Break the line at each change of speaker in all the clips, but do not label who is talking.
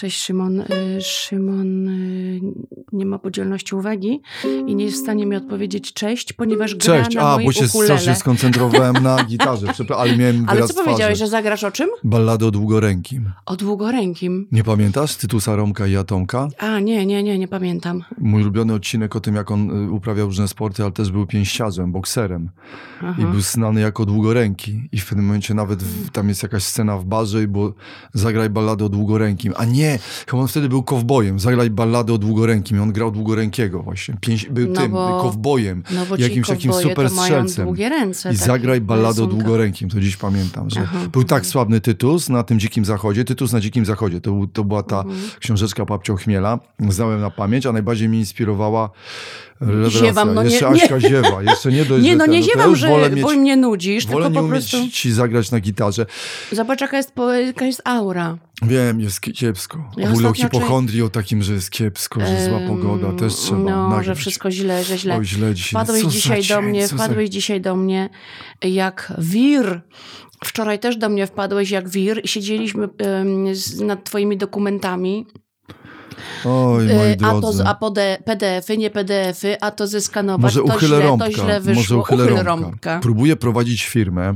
Cześć Szymon. Szymon nie ma podzielności uwagi i nie jest w stanie mi odpowiedzieć cześć, ponieważ gra na mojej
bo się
ukulele.
strasznie skoncentrowałem na gitarze, ale miałem
Ale
wyraz
co powiedziałeś,
twarzy.
że zagrasz o czym?
Balladę o Długorękim.
O Długorękim.
Nie pamiętasz Tytusa, Romka i Atomka?
A, nie pamiętam.
Mój ulubiony odcinek o tym, jak on uprawiał różne sporty, ale też był pięściarzem, bokserem.
Aha.
I był znany jako Długoręki. I w pewnym momencie nawet tam jest jakaś scena w barze, bo zagraj balladę o Długorękim. A nie, chyba on wtedy był kowbojem. Zagraj balladę o Długorękim. I on grał Długorękiego właśnie. Był kowbojem.
No bo
jakimś takim super strzelcem.
Długie ręce.
I zagraj balladę o Długorękim. To dziś pamiętam, że był tak sławny Tytus na tym Dzikim Zachodzie. Tytus na Dzikim Zachodzie. To była ta książeczka Babcio Chmiela. Znałem na pamięć, a najbardziej mnie inspirowała
Ziewam, no
jeszcze
nie.
Aśka ziewa. Jeszcze nie dość,
nie ziewam, bo
mieć,
mnie nudzisz,
wolę
tylko
nie
po prostu...
umieć ci zagrać na gitarze.
Zobacz, jaka jest aura.
Wiem, jest kiepsko.
Ja
W ogóle o
ostatnio
hipochondrii, o takim, że jest kiepsko, że zła pogoda, też trzeba nagrać.
Że wszystko źle, że źle.
Oj, źle dzisiaj.
Wpadłeś dzisiaj do mnie jak wir. Wczoraj też do mnie wpadłeś jak wir i siedzieliśmy nad twoimi dokumentami.
Oj, moi drodzy.
PDF-y, nie PDF-y, a to zeskanować,
Może
to źle wyszło.
Uchylę rąbka. Próbuję prowadzić firmę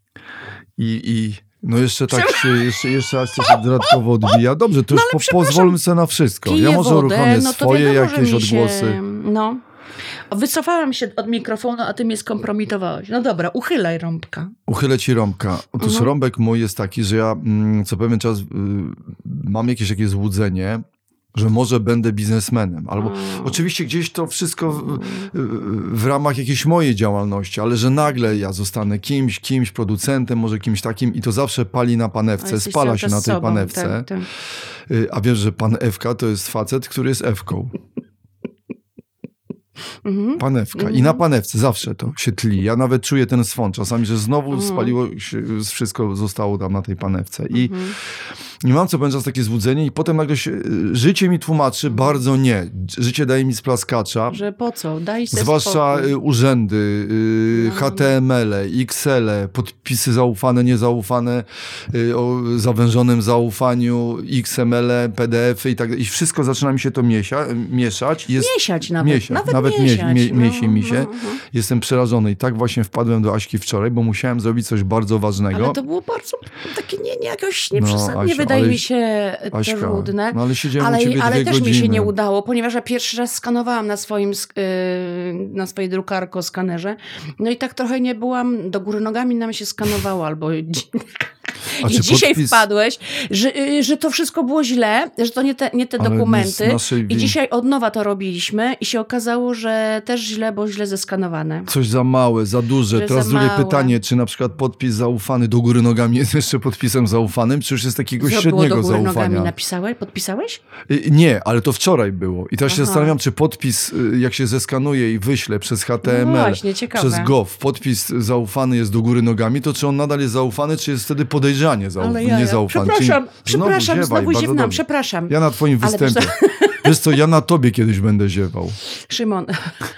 i no jeszcze tak jeszcze raz coś dodatkowo odbija. Dobrze, to już pozwolmy sobie na wszystko. Ja może uruchomię swoje jakieś odgłosy.
No. Wycofałam się od mikrofonu, a ty mnie skompromitowałeś. No dobra, uchylaj rąbka.
Uchylę ci rąbka. Otóż rąbek mój jest taki, że ja co pewien czas mam jakieś takie złudzenie, że może będę biznesmenem. Albo oczywiście gdzieś to wszystko w ramach jakiejś mojej działalności, ale że nagle ja zostanę kimś producentem, może kimś takim i to zawsze pali na panewce, spala się na tej panewce. Tak. A wiesz, że pan Ewka to jest facet, który jest Ewką. Panewka. I na panewce zawsze to się tli. Ja nawet czuję ten swąd czasami, że znowu spaliło się, wszystko zostało tam na tej panewce. I mam co będzie takie złudzenie i potem nagle życie mi tłumaczy bardzo nie. Życie daje mi splaskacza.
Że po co? Daj sobie
zwłaszcza
spokój.
Urzędy, HTML-e, XL-e, podpisy zaufane, niezaufane, o zawężonym zaufaniu, XML-e, PDF-y i tak dalej. I wszystko zaczyna mi się to mieszać.
Miesiać nawet.
Miesi mi się. Jestem przerażony i tak właśnie wpadłem do Aśki wczoraj, bo musiałem zrobić coś bardzo ważnego.
Ale to było bardzo takie jakoś nieprzesadnie wydaje mi się
Aśka,
trudne.
No ale siedziałem u ciebie 2
też
godziny.
mi się nie udało, ponieważ ja pierwszy raz skanowałam na swojej drukarko-skanerze. No i tak trochę nie byłam, do góry nogami nam się skanowało, albo... I dzisiaj wpadłeś, że to wszystko było źle, że to nie te dokumenty. I dzisiaj od nowa to robiliśmy i się okazało, że też źle, bo źle zeskanowane.
Coś za małe, za duże. Teraz drugie pytanie, czy na przykład podpis zaufany do góry nogami jest jeszcze podpisem zaufanym, czy już jest takiego średniego
do góry
zaufania?
Nogami podpisałeś?
Nie, ale to wczoraj było. I teraz się zastanawiam, czy podpis, jak się zeskanuje i wyśle przez HTML,
właśnie, ciekawe.
przez GOV, podpis zaufany jest do góry nogami, to czy on nadal jest zaufany, czy jest wtedy podejrzanie niezaufany?
Przepraszam, znowu ziewnam, przepraszam.
Ja na twoim występie. Wiesz co, ja na tobie kiedyś będę ziewał.
Szymon...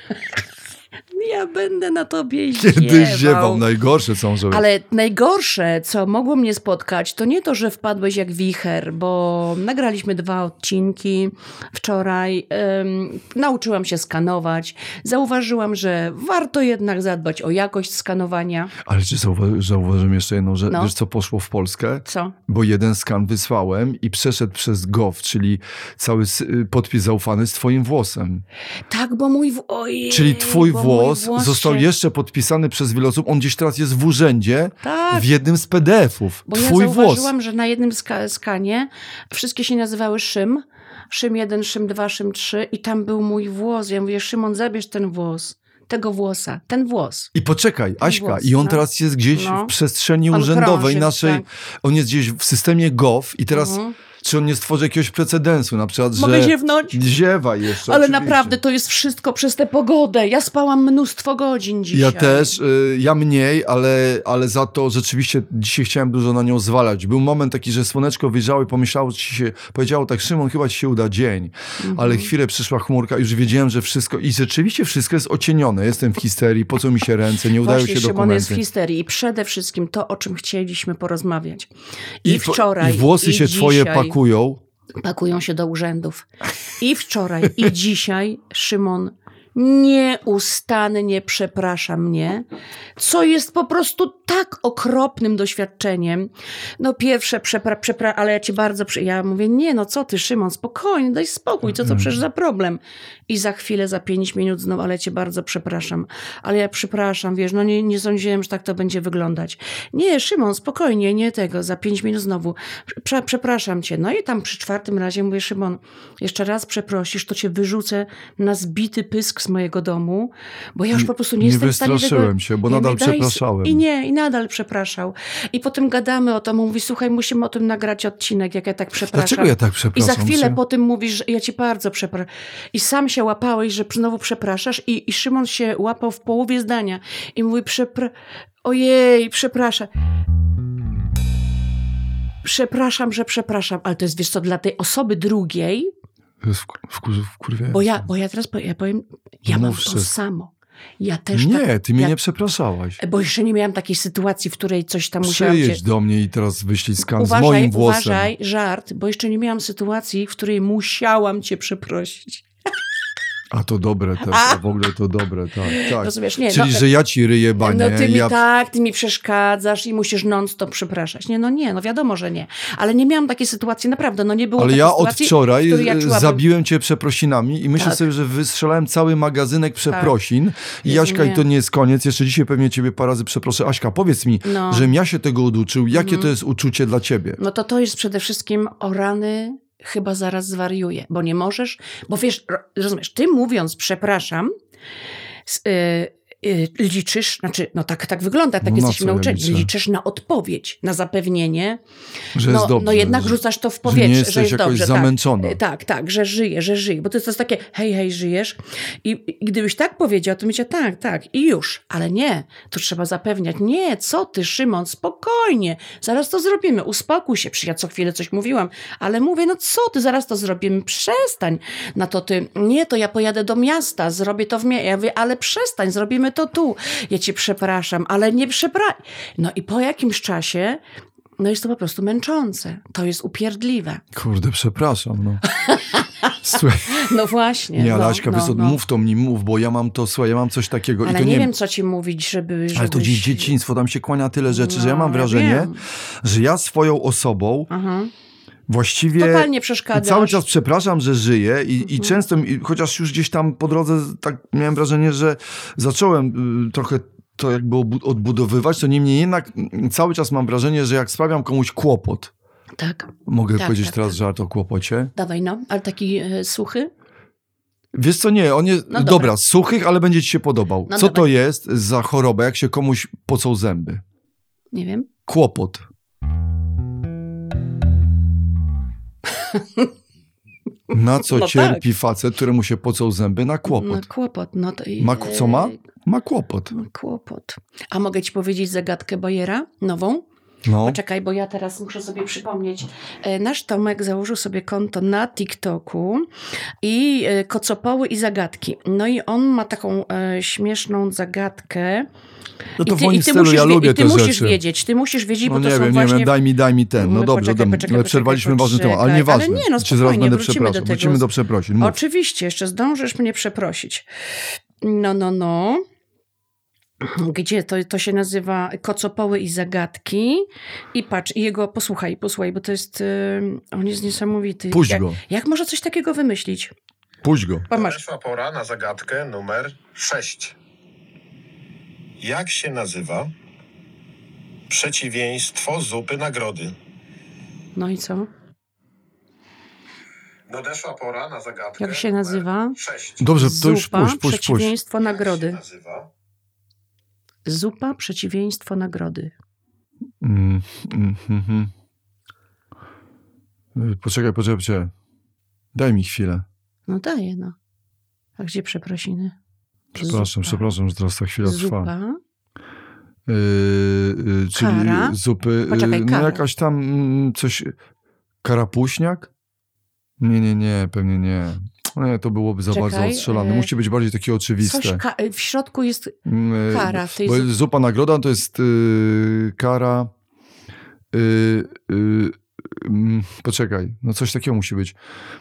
Ja będę na tobie
Kiedyś ziewał. Najgorsze są, że...
Ale najgorsze, co mogło mnie spotkać, to nie to, że wpadłeś jak wicher, bo nagraliśmy 2 odcinki wczoraj. Nauczyłam się skanować. Zauważyłam, że warto jednak zadbać o jakość skanowania.
Ale czy zauważyłem jeszcze jedną rzecz? Wiesz, co poszło w Polskę?
Co?
Bo jeden skan wysłałem i przeszedł przez GOV, czyli cały podpis zaufany z twoim włosem.
Tak, bo mój...
Czyli twój włos został jeszcze podpisany przez wiele osób. On gdzieś teraz jest w urzędzie, w jednym z PDF-ów.
Bo
twój
ja zauważyłam,
włos.
że na jednym skanie wszystkie się nazywały Szym. Szym 1, Szym 2, Szym 3 i tam był mój włos. Ja mówię, Szymon, zabierz ten włos. Tego włosa, ten włos.
I poczekaj, Aśka, i on teraz jest gdzieś w przestrzeni urzędowej naszej. Tak. On jest gdzieś w systemie GOV i teraz... Czy on nie stworzy jakiegoś precedensu, na przykład,
Mogę
że...
ziewnąć?
Ziewaj jeszcze,
ale
oczywiście.
naprawdę to jest wszystko przez tę pogodę. Ja spałam mnóstwo godzin dzisiaj.
Ja też, ja mniej, ale za to rzeczywiście dzisiaj chciałem dużo na nią zwalać. Był moment taki, że słoneczko wyjrzało i powiedziało tak, Szymon, chyba ci się uda dzień. Ale chwilę przyszła chmurka i już wiedziałem, że wszystko, i rzeczywiście wszystko jest ocienione. Jestem w histerii, po co mi się ręce, nie udają się dokumenty.
Szymon jest w histerii i przede wszystkim to, o czym chcieliśmy porozmawiać. I wczoraj,
i włosy
i
się
dzisiaj.
twoje pakują.
pakują się do urzędów. I wczoraj, i dzisiaj Szymon nieustannie przeprasza mnie, co jest po prostu tak okropnym doświadczeniem. No pierwsze, ale ja cię bardzo... Ja mówię, nie, no co ty, Szymon, spokojnie, daj spokój, co to przecież za problem? I za chwilę, za 5 minut znowu, ale cię bardzo przepraszam. Ale ja przepraszam, wiesz, no nie sądziłem, że tak to będzie wyglądać. Nie, Szymon, spokojnie, nie tego, za 5 minut znowu. Przepraszam cię. No i tam przy 4. razie mówię, Szymon, jeszcze raz przeprosisz, to cię wyrzucę na zbity pysk z mojego domu, bo ja już po prostu nie jestem w stanie tego...
Nie wystraszyłem się, bo nadal przepraszałem.
I nadal przepraszał. I potem gadamy o tym, mówi, słuchaj, musimy o tym nagrać odcinek, jak ja tak przepraszam.
Dlaczego ja tak przepraszam?
I za chwilę po tym mówisz, że ja cię bardzo przepraszam. I sam się łapałeś, że znowu przepraszasz i Szymon się łapał w połowie zdania i mówi, ojej, przepraszam. Przepraszam, że przepraszam, ale to jest, wiesz co, dla tej osoby drugiej...
To jest wkurwiające.
Bo ja teraz powiem, ja mam to samo. Ja też
nie, ty mnie nie przepraszałaś.
Bo jeszcze nie miałam takiej sytuacji, w której coś tam musiałam...
Przyjedź do mnie i teraz wyślij skan z moim włosem.
Uważaj, żart, bo jeszcze nie miałam sytuacji, w której musiałam cię przeprosić.
A to dobre też, w ogóle to dobre, tak.
Rozumiesz? Nie,
czyli, że ja ci ryję banie.
No ty mi przeszkadzasz i musisz non-stop przepraszać. No wiadomo, że nie. Ale nie miałam takiej sytuacji, naprawdę, nie było takiej sytuacji. Ale ja od
wczoraj zabiłem cię przeprosinami i myślę sobie, że wystrzelałem cały magazynek przeprosin. I Jaśka, i to nie jest koniec, jeszcze dzisiaj pewnie ciebie parę razy przeproszę. Aśka, powiedz mi, żebym ja się tego oduczył, jakie to jest uczucie dla ciebie?
No to jest przede wszystkim o rany... Chyba zaraz zwariuję, bo nie możesz, bo wiesz, rozumiesz, ty mówiąc przepraszam, liczysz, tak wygląda, tak jesteśmy nauczeni, liczysz na odpowiedź, na zapewnienie,
że jest dobrze,
jednak rzucasz to w powietrze,
że jest dobrze. Zamęczona.
Tak, że żyje, bo to jest takie hej, żyjesz i gdybyś tak powiedział, to myślę, tak i już, ale nie, to trzeba zapewniać, nie, co ty, Szymon, spokojnie, zaraz to zrobimy, uspokój się, ja co chwilę coś mówiłam, ale mówię, no co ty, zaraz to zrobimy, przestań, na to ty, nie, to ja pojadę do miasta, zrobię to w mieście, ja mówię, ale przestań, zrobimy to tu. Ja cię przepraszam, ale nie przepraszam. No i po jakimś czasie, jest to po prostu męczące. To jest upierdliwe.
Kurde, przepraszam, Słuchaj.
No właśnie.
Nie, Alaśka, mów to mi, bo ja mam to, słuchaj, ja mam coś takiego.
Ale i to nie wiem, co ci mówić, żebyś...
Ale to gdzieś dzieciństwo, tam się kłania tyle rzeczy, że ja mam wrażenie, że ja swoją osobą właściwie
totalnie przeszkadzasz.
Cały czas przepraszam, że żyję i często, chociaż już gdzieś tam po drodze tak miałem wrażenie, że zacząłem trochę to jakby odbudowywać, to niemniej jednak cały czas mam wrażenie, że jak sprawiam komuś kłopot, mogę powiedzieć teraz żart o kłopocie?
Dawaj, ale taki suchy?
Wiesz co, nie, on jest, dobra, suchych, ale będzie ci się podobał. Co to jest za choroba, jak się komuś pocą zęby?
Nie wiem.
Kłopot. Na co cierpi facet, któremu się pocą zęby? Na kłopot.
Na kłopot.
Co ma? Ma kłopot.
Ma kłopot. A mogę ci powiedzieć zagadkę Bojera? Nową? Poczekaj, bo ja teraz muszę sobie przypomnieć. Nasz Tomek założył sobie konto na TikToku i kocopoły i zagadki. No i on ma taką śmieszną zagadkę.
No to w moim stylu, ja lubię te
rzeczy. Ty musisz wiedzieć, bo to są właśnie...
Nie wiem, daj mi ten. No dobrze, ale przerwaliśmy ważny temat, ale nieważne. Ale nie,
czy zaraz będę
przepraszał. Wrócimy do przeprosin. Mów.
Oczywiście, jeszcze zdążysz mnie przeprosić. Gdzie to się nazywa Kocopoły i zagadki i patrz, i jego, posłuchaj, bo to jest, on jest niesamowity.
Puść go.
Jak może coś takiego wymyślić?
Puść go.
Przyszła pora na zagadkę numer 6. Jak się nazywa przeciwieństwo zupy nagrody?
No i co?
Nadeszła pora na zagadkę.
Jak się nazywa?
6.
Dobrze, to już puść.
Przeciwieństwo nagrody.
Jak się nazywa?
Zupa, przeciwieństwo nagrody.
Poczekaj. Daj mi chwilę.
No daję, A gdzie przeprosiny?
Przepraszam, że teraz ta chwila trwa.
Zupa.
Czyli
kara.
Zupy.
Poczekaj, kara.
Jakaś tam coś... Karapuśniak? Nie, pewnie nie. Nie, to byłoby za bardzo odstrzelane. Musi być bardziej takie oczywiste.
W środku jest kara. W tej
bo zupa nagroda to jest kara Poczekaj, no coś takiego musi być.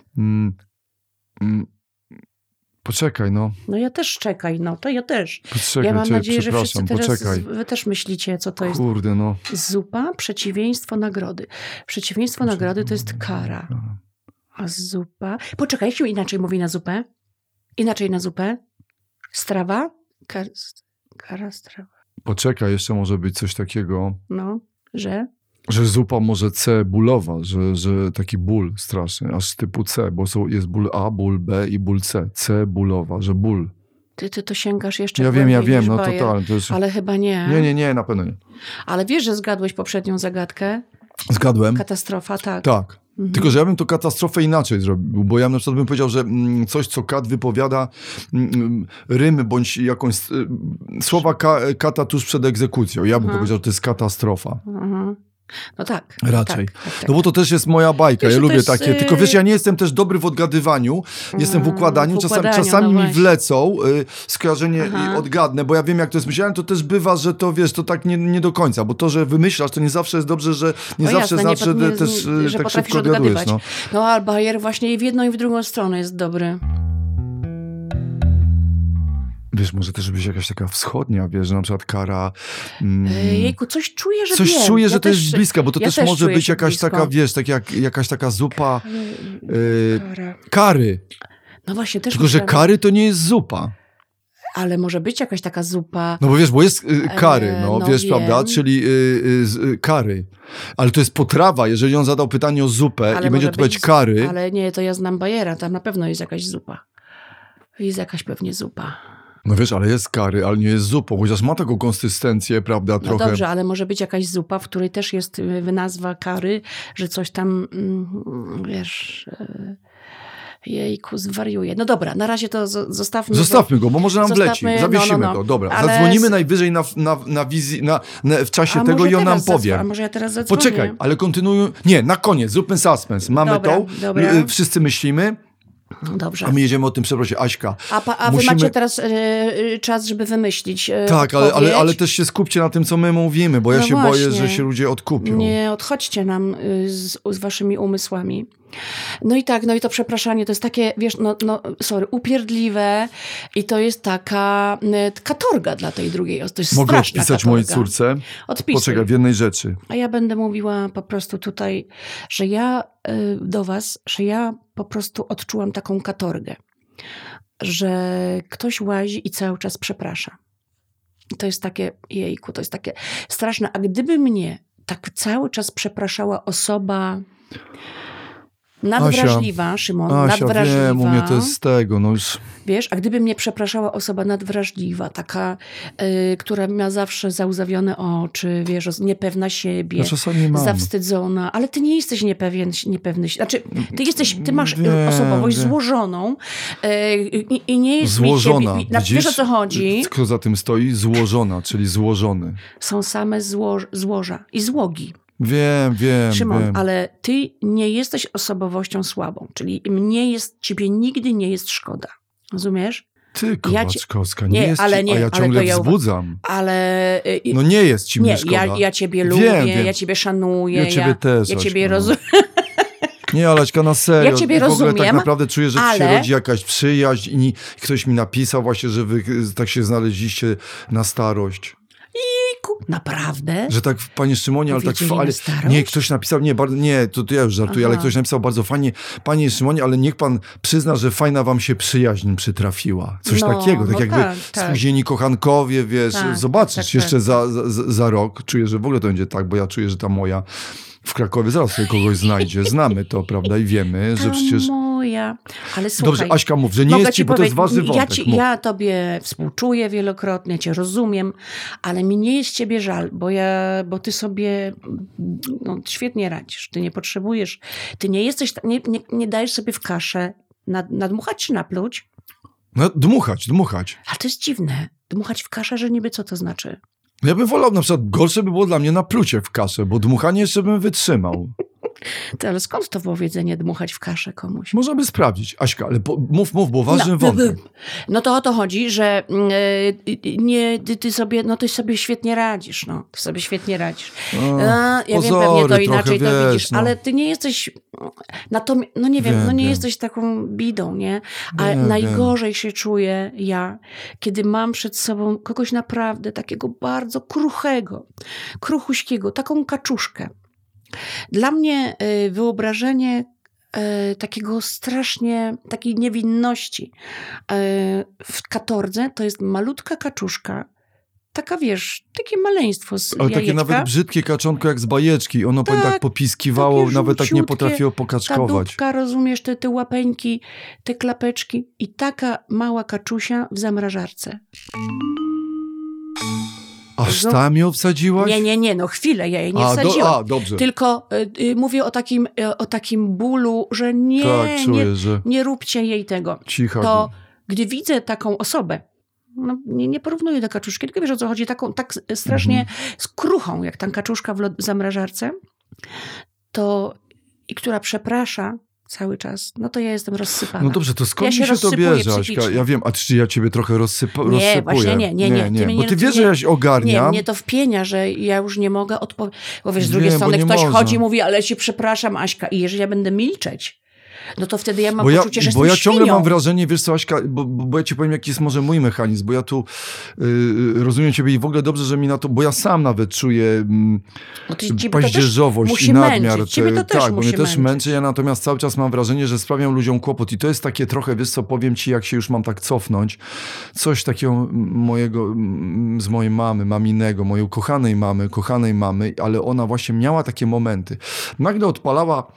Poczekaj, no.
No ja też czekaj, no to ja też.
Poczekaj,
ja mam nadzieję, że wszyscy teraz,
poczekaj.
wy też myślicie, co to jest.
Kurde, no.
Zupa, przeciwieństwo nagrody. Przeciwieństwo nagrody to jest kara. A zupa... Poczekaj, jak się inaczej mówi na zupę? Inaczej na zupę? Strawa? Kara, strawa.
Poczekaj, jeszcze może być coś takiego.
No, że?
Że zupa może cebulowa, że taki ból straszny, aż typu C, bo jest ból A, ból B i ból C. Cebulowa, że ból.
Ty to sięgasz jeszcze
Ja wiem, no totalnie.
Ale chyba nie.
Nie, na pewno nie.
Ale wiesz, że zgadłeś poprzednią zagadkę?
Zgadłem.
Katastrofa, tak.
Tak. Tylko, że ja bym to katastrofę inaczej zrobił, bo ja na przykład bym powiedział, że coś, co kat wypowiada, rymy bądź jakąś słowa kata tuż przed egzekucją. Ja bym powiedział, że to jest katastrofa.
No tak.
Raczej.
Tak.
No bo to też jest moja bajka,
Wiesz,
ja lubię
jest,
takie. Tylko wiesz, ja nie jestem też dobry w odgadywaniu, jestem w układaniu. Czasami
no
mi wlecą skojarzenie i odgadnę, bo ja wiem, jak to jest myślałem, to też bywa, że to wiesz, to tak nie do końca, bo to, że wymyślasz, to nie zawsze jest dobrze, że nie zawsze
jasne,
znaczy, że też
że
tak szybko odgadujesz.
No a Bayer właśnie i w jedną i w drugą stronę jest dobry.
Wiesz, może też być jakaś taka wschodnia, wiesz, że na przykład kara...
Jejku, coś czuję, że
coś
wiem.
Czuję, że to jest bliska, bo to też może być jakaś
blisko.
taka, wiesz, jakaś taka zupa kary.
No właśnie, też
tylko, że kary to nie jest zupa.
Ale może być jakaś taka zupa...
No bo wiesz, bo jest kary, wiesz,
wiem.
prawda, czyli kary. Ale to jest potrawa, jeżeli on zadał pytanie o zupę i będzie odpowiedź kary...
Ale nie, to ja znam Bayera, tam na pewno jest jakaś zupa. Jest jakaś pewnie zupa.
No wiesz, ale jest kary, ale nie jest zupą, chociaż ma taką konsystencję, prawda, trochę.
No dobrze, ale może być jakaś zupa, w której też jest nazwa kary, że coś tam, wiesz... Jejku, zwariuję. No dobra, na razie to zostawmy.
Zostawmy go, bo może nam wleci. Zawiesimy go. Dobra, ale... zadzwonimy najwyżej na wizji, w czasie tego i on nam powie.
A może ja teraz zadzwonię?
Poczekaj, ale kontynuuj. Nie, na koniec, zróbmy suspens. Mamy
dobra.
Wszyscy myślimy.
Dobrze.
A my jedziemy o tym przeprosić. Aśka.
A wy macie teraz czas, żeby wymyślić
tak, ale też się skupcie na tym, co my mówimy, bo ja się boję, że się ludzie odkupią.
Nie, odchodźcie nam z waszymi umysłami. No i to przepraszanie, to jest takie, wiesz, upierdliwe i to jest taka katorga dla tej drugiej osoby. To jest
mogę
straszna
odpisać
katorga.
mojej córce?
Odpisuj.
Poczekaj, w jednej rzeczy.
A ja będę mówiła po prostu tutaj, że ja do was, że ja po prostu odczułam taką katorgę, że ktoś łazi i cały czas przeprasza. I to jest takie, jejku, to jest takie straszne. A gdyby mnie tak cały czas przepraszała osoba nadwrażliwa, Szymon, nadwrażliwa.
Wiem, u mnie to jest z tego, no już...
Wiesz, a gdyby mnie przepraszała osoba nadwrażliwa, taka, która ma zawsze załzawione oczy, wiesz, niepewna siebie, zawstydzona, ale ty nie jesteś niepewny, znaczy ty masz osobowość złożoną i nie jest
złożona.
Wiesz, o co chodzi?
Kto za tym stoi? Złożona, czyli złożony.
Są same złoża i złogi.
Wiem.
Szymon, ale ty nie jesteś osobowością słabą, czyli ciebie nigdy nie jest szkoda. Rozumiesz?
Ty, Kołaczkowska, nie jest ci, a ja ciągle wzbudzam.
Ale...
No nie jest ci mnie szkoda.
Ja ciebie lubię, ja ciebie szanuję.
Ja ciebie też,
ja ciebie rozumiem.
Nie, Alećka, na serio.
Ja ciebie
w ogóle
rozumiem,
tak naprawdę czuję, że się rodzi jakaś przyjaźń i ktoś mi napisał właśnie, że wy tak się znaleźliście na starość.
Naprawdę?
Że tak, panie Szymonie, ale tak... Nie, ktoś napisał, to ja już żartuję, ale ktoś napisał bardzo fajnie, panie Szymonie, ale niech pan przyzna, że fajna wam się przyjaźń przytrafiła. Coś takiego, tak jakby spóźnieni kochankowie, wiesz, zobaczysz jeszcze za rok. Czuję, że w ogóle to będzie tak, bo ja czuję, że ta moja w Krakowie zaraz sobie kogoś znajdzie. Znamy to, prawda, i wiemy, że przecież...
moja. Ale słuchaj...
Dobrze, Aśka, mów, że nie jest ci, bo to jest ważny wątek.
Ja tobie współczuję wielokrotnie, cię rozumiem, ale mi nie jest ciebie żal, bo ty sobie świetnie radzisz. Ty nie potrzebujesz, ty nie jesteś, nie dajesz sobie w kaszę nadmuchać czy napluć?
No, dmuchać.
Ale to jest dziwne. Dmuchać w kaszę, że niby co to znaczy?
Ja bym wolał, na przykład gorsze by było dla mnie naplucie w kaszę, bo dmuchanie jeszcze bym wytrzymał.
Ale skąd to powiedzenie dmuchać w kaszę komuś?
Można by sprawdzić. Aśka, ale mów, bo ważny wątek.
No to o to chodzi, że ty sobie świetnie radzisz. Ty sobie świetnie radzisz. Ja wiem, pewnie to inaczej to widzisz, ale ty nie jesteś jesteś taką bidą, nie? A najgorzej się czuję ja, kiedy mam przed sobą kogoś naprawdę takiego bardzo kruchuśkiego, taką kaczuszkę. Dla mnie wyobrażenie takiego strasznie, takiej niewinności w katordze to jest malutka kaczuszka, taka takie maleństwo z
ale
jajeczka.
takie nawet brzydkie kaczonko jak z bajeczki. Ono tak popiskiwało, nawet tak nie potrafiło pokaczkować.
Ta dupka, rozumiesz, te łapeńki, te klapeczki i taka mała kaczusia w zamrażarce.
Aż tam ją wsadziłaś?
Nie, chwilę, ja jej nie wsadziłam.
Dobrze.
Tylko mówię o takim bólu, że nie róbcie jej tego.
Cicha.
To gdy widzę taką osobę, nie porównuję do kaczuszki, tylko wiesz o co chodzi, taką tak strasznie z kruchą, jak ta kaczuszka w zamrażarce, i która przeprasza cały czas, to ja jestem rozsypana.
No dobrze, to skąd mi się to bierze, Aśka? Ja wiem, a czy ja ciebie trochę rozsypuję?
Nie, właśnie nie.
Bo ty wiesz, że ja się ogarniam.
Nie, mnie to wpienia, że ja już nie mogę odpowiedzieć. Bo wiesz, z drugiej strony ktoś chodzi i mówi, ale ci przepraszam, Aśka, i jeżeli ja będę milczeć, to wtedy ja mam poczucie, że jestem
Bo ja
świnią.
ciągle mam wrażenie, wiesz co, Aśka, bo ja ci powiem, jaki jest może mój mechanizm, bo ja tu rozumiem ciebie i w ogóle dobrze, że mi na to, bo ja sam nawet czuję paździerzowość i nadmiar. Bo mnie też męczy. Ja natomiast cały czas mam wrażenie, że sprawiam ludziom kłopot i to jest takie trochę, wiesz co, powiem ci, jak się już mam tak cofnąć, coś takiego z mojej mamy, maminego, mojej kochanej mamy, ale ona właśnie miała takie momenty. Nagle odpalała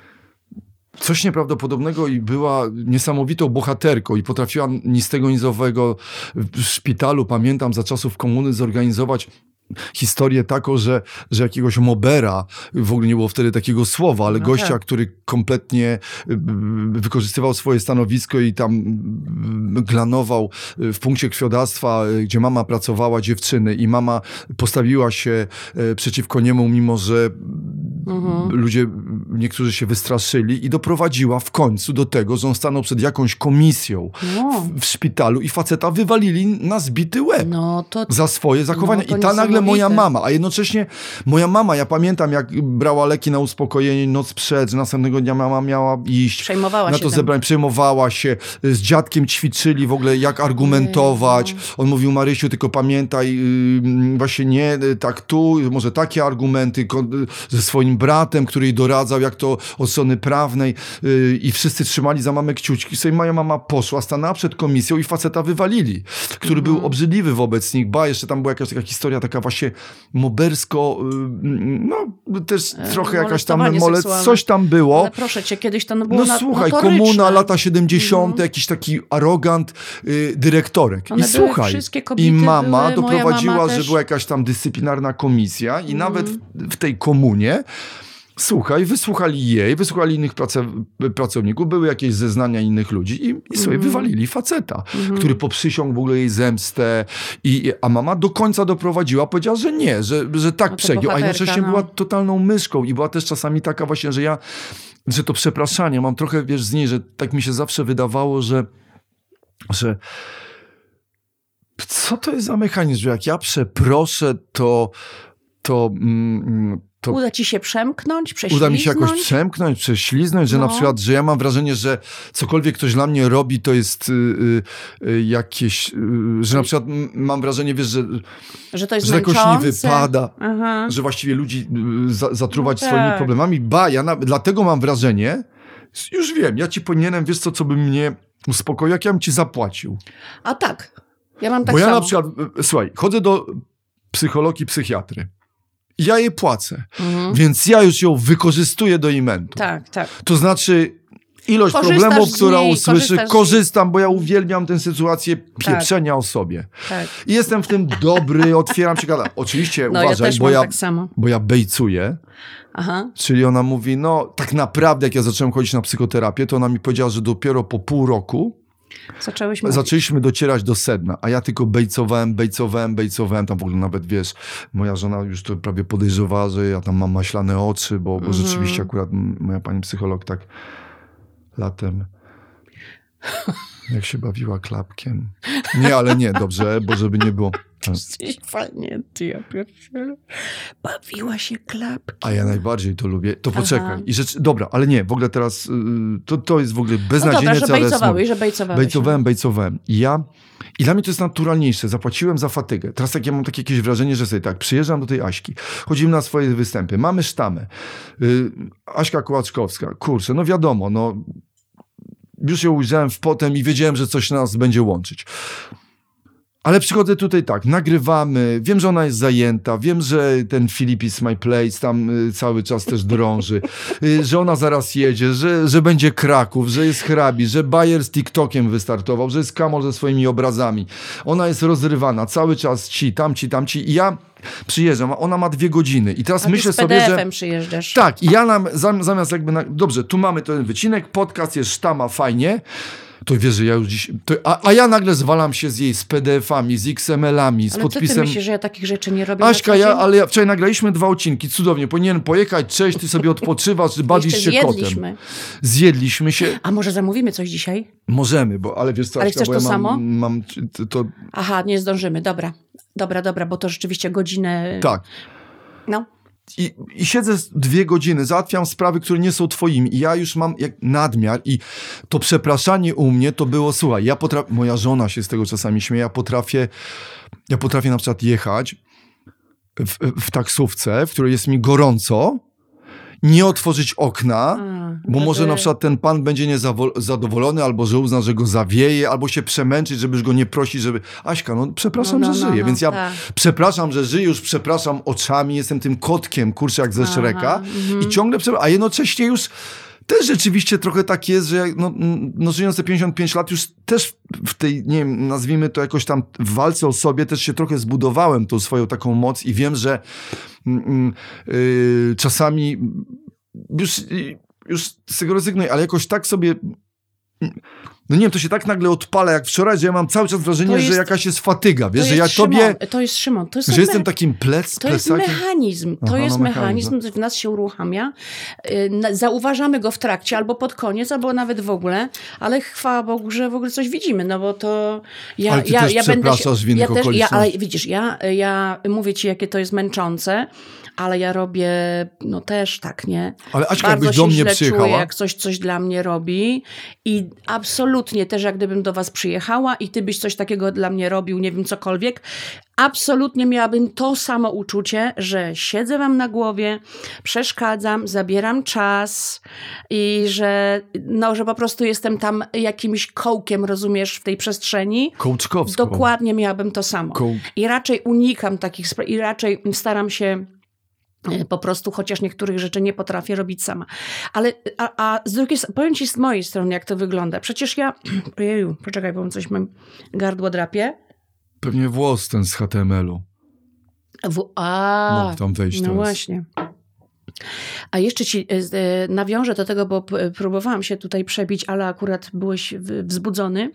coś nieprawdopodobnego i była niesamowitą bohaterką i potrafiła ni z tego, ni z owego w szpitalu, pamiętam, za czasów komuny zorganizować historię taką, że jakiegoś mobera, w ogóle nie było wtedy takiego słowa, ale gościa, który kompletnie wykorzystywał swoje stanowisko i tam glanował w punkcie krwiodawstwa, gdzie mama pracowała, dziewczyny, i mama postawiła się przeciwko niemu, mimo że ludzie, niektórzy się wystraszyli, i doprowadziła w końcu do tego, że on stanął przed jakąś komisją w szpitalu i faceta wywalili na zbity łeb za swoje zachowania. I ta nagle moja mama, a jednocześnie moja mama, ja pamiętam, jak brała leki na uspokojenie noc przed, że następnego dnia mama miała iść na to zebranie, przejmowała się, z dziadkiem ćwiczyli w ogóle, jak argumentować. On mówił: Marysiu, tylko pamiętaj, właśnie nie tak tu, może takie argumenty, ze swoim bratem, który jej doradzał, jak to od strony prawnej, i wszyscy trzymali za mamę kciuczki. Sobie moja mama poszła, stanęła przed komisją i faceta wywalili, który był obrzydliwy wobec nich. Jeszcze tam była jakaś taka historia, taka właśnie mobersko, też trochę jakaś tam coś tam było.
Ale proszę cię, kiedyś to było
słuchaj, komuna, lata 70., jakiś taki arogant dyrektorek.
One
I słuchaj, i mama doprowadziła, że była jakaś tam dyscyplinarna komisja i nawet w tej komunie, słuchaj, wysłuchali innych pracowników, były jakieś zeznania innych ludzi i sobie wywalili faceta, który poprzysiągł w ogóle jej zemstę, a mama do końca doprowadziła, powiedziała, że nie, że tak przegiął, a jednocześnie była totalną myszką i była też czasami taka właśnie, że to przepraszanie, mam trochę, wiesz, z niej, że tak mi się zawsze wydawało, że co to jest za mechanizm, że jak ja przeproszę, to
uda ci się przemknąć, prześliznąć?
Uda mi się jakoś przemknąć, prześliznąć, że na przykład, że ja mam wrażenie, że cokolwiek ktoś dla mnie robi, to jest jakieś, że na przykład mam wrażenie, wiesz,
że to jest
że jakoś nie wypada,
Aha.
że właściwie ludzi zatruwać swoimi problemami. Dlatego mam wrażenie, już wiem, ja ci powinienem, wiesz co by mnie uspokoił, jak ja bym ci zapłacił.
A tak, ja mam tak
Bo
samo.
ja na przykład, słuchaj, chodzę do psychologii, psychiatry. Ja jej płacę, więc ja już ją wykorzystuję do imentu.
Tak.
To znaczy ilość problemów, która usłyszy, korzystam, bo ja uwielbiam tę sytuację pieprzenia o sobie.
Tak.
I jestem w tym dobry, otwieram się, gadam. Oczywiście uważaj, bo ja bejcuję.
Aha.
Czyli ona mówi, tak naprawdę jak ja zacząłem chodzić na psychoterapię, to ona mi powiedziała, że dopiero po pół roku Zaczęliśmy docierać do sedna, a ja tylko bejcowałem, tam w ogóle nawet, wiesz, moja żona już to prawie podejrzewała, że ja tam mam maślane oczy, bo rzeczywiście akurat moja pani psycholog tak latem jak się bawiła klapkiem. Nie, ale nie, dobrze, bo żeby nie było.
Fajnie, ty ja pierdzielę. Bawiła się klapkiem.
A ja najbardziej to lubię. To poczekaj. I dobra, ale nie, w ogóle teraz to jest w ogóle beznadziejne.
No dobra, że
bejcowałem. I dla mnie to jest naturalniejsze. Zapłaciłem za fatygę. Teraz jak ja mam takie jakieś wrażenie, że sobie tak, przyjeżdżam do tej Aśki, chodzimy na swoje występy, mamy sztamę. Aśka Kołaczkowska, kurczę, no wiadomo, no już ją ujrzałem w potem i wiedziałem, że coś nas będzie łączyć. Ale przychodzę tutaj tak, nagrywamy, wiem, że ona jest zajęta, wiem, że ten Filip is my place tam cały czas też drąży, że ona zaraz jedzie, że będzie Kraków, że jest hrabi, że Bayer z TikTokiem wystartował, że jest Kamol ze swoimi obrazami. Ona jest rozrywana, cały czas tamci i ja przyjeżdżam, a ona ma 2 godziny i teraz myślę
z
sobie, że...
przyjeżdżasz.
Tak, i ja zamiast jakby... Dobrze, tu mamy ten wycinek, podcast jest sztama, fajnie, to wiesz, że ja już dziś... A ja nagle zwalam się z PDF-ami, z XML-ami, z podpisem...
Ale co ty myślisz, że ja takich rzeczy nie robię?
Aśka, ale wczoraj nagraliśmy 2 odcinki, cudownie, powinien pojechać, cześć, ty sobie odpoczywasz, bawisz się kotem. Zjedliśmy się.
A może zamówimy coś dzisiaj?
Możemy, ale wiesz co,
ale
Aśka,
chcesz
bo
to
ja
samo?
mam to...
Aha, nie zdążymy, dobra, bo to rzeczywiście godzinę...
Tak.
No.
I siedzę 2 godziny, załatwiam sprawy, które nie są twoimi i ja już mam nadmiar i to przepraszanie u mnie to było, słuchaj, moja żona się z tego czasami śmieje, ja potrafię na przykład jechać w taksówce, w której jest mi gorąco, nie otworzyć okna, bo może na przykład ten pan będzie niezadowolony, albo że uzna, że go zawieje, albo się przemęczyć, żeby już go nie prosić, żeby... Aśka, no przepraszam, że żyję, więc ja przepraszam, że żyję, już przepraszam oczami, jestem tym kotkiem, kurczę, jak ze Shreka i ciągle a jednocześnie już też rzeczywiście trochę tak jest, że żyjąc te 55 lat już też w tej, nie wiem, nazwijmy to jakoś tam w walce o sobie też się trochę zbudowałem tą swoją taką moc i wiem, że czasami już z tego rezygnuję, ale jakoś tak sobie... No nie wiem, to się tak nagle odpala jak wczoraj, że ja mam cały czas wrażenie, że jakaś jest fatyga, wiesz, że ja tobie...
To jest Szymon.
Że jestem takim plecakiem.
Jest mechanizm. To jest mechanizm, który w nas się uruchamia. Zauważamy go w trakcie, albo pod koniec, albo nawet w ogóle, ale chwała Bogu, że w ogóle coś widzimy, no bo to...
Ale ty też przepraszasz w innych okolicznościach.
Ale widzisz, ja mówię ci, jakie to jest męczące, ale ja robię, no też tak, nie?
Ale Aśka, jakbyś do mnie przyjechała...
Czuję, jak coś dla mnie robi i absolutnie też, jak gdybym do was przyjechała i ty byś coś takiego dla mnie robił, nie wiem, cokolwiek, absolutnie miałabym to samo uczucie, że siedzę wam na głowie, przeszkadzam, zabieram czas i że po prostu jestem tam jakimś kołkiem, rozumiesz, w tej przestrzeni.
Kołczkowską.
Dokładnie miałabym to samo. I raczej unikam takich spraw i raczej staram się po prostu, chociaż niektórych rzeczy nie potrafię robić sama. Ale a z drugiej strony, powiem ci z mojej strony, jak to wygląda. Przecież ja... Ojeju, poczekaj, bo coś mam gardło drapie.
Pewnie włos ten z HTML-u. Mógł tam wejść teraz.
Właśnie. A jeszcze ci nawiążę do tego, bo próbowałam się tutaj przebić, ale akurat byłeś wzbudzony.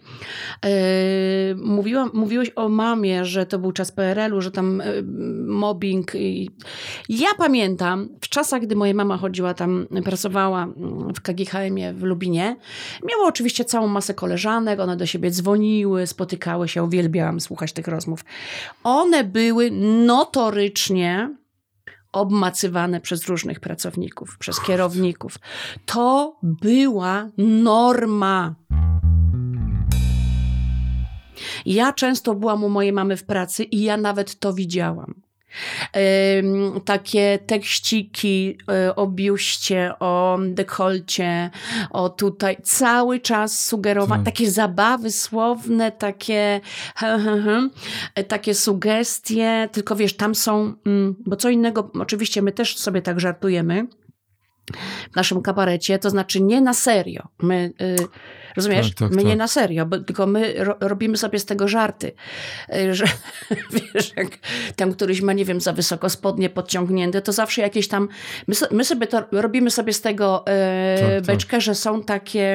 Mówiłeś o mamie, że to był czas PRL-u, że tam mobbing. Ja pamiętam, w czasach, gdy moja mama chodziła tam, pracowała w KGHM-ie w Lubinie, miała oczywiście całą masę koleżanek, one do siebie dzwoniły, spotykały się, uwielbiałam słuchać tych rozmów. One były notorycznie obmacywane przez różnych pracowników, przez kierowników. To była norma. Ja często byłam u mojej mamy w pracy i ja nawet to widziałam. Takie tekściki o biuście, o dekolcie, o tutaj, cały czas sugerowane, takie zabawy słowne, takie sugestie, tylko wiesz, tam są, bo co innego, oczywiście my też sobie tak żartujemy w naszym kabarecie, to znaczy nie na serio. My, rozumiesz?
Tak,
my nie na serio, tylko my robimy sobie z tego żarty. Że, wiesz, jak tam któryś ma, nie wiem, za wysoko spodnie podciągnięte, to zawsze jakieś tam... My sobie to robimy sobie z tego beczkę, że są takie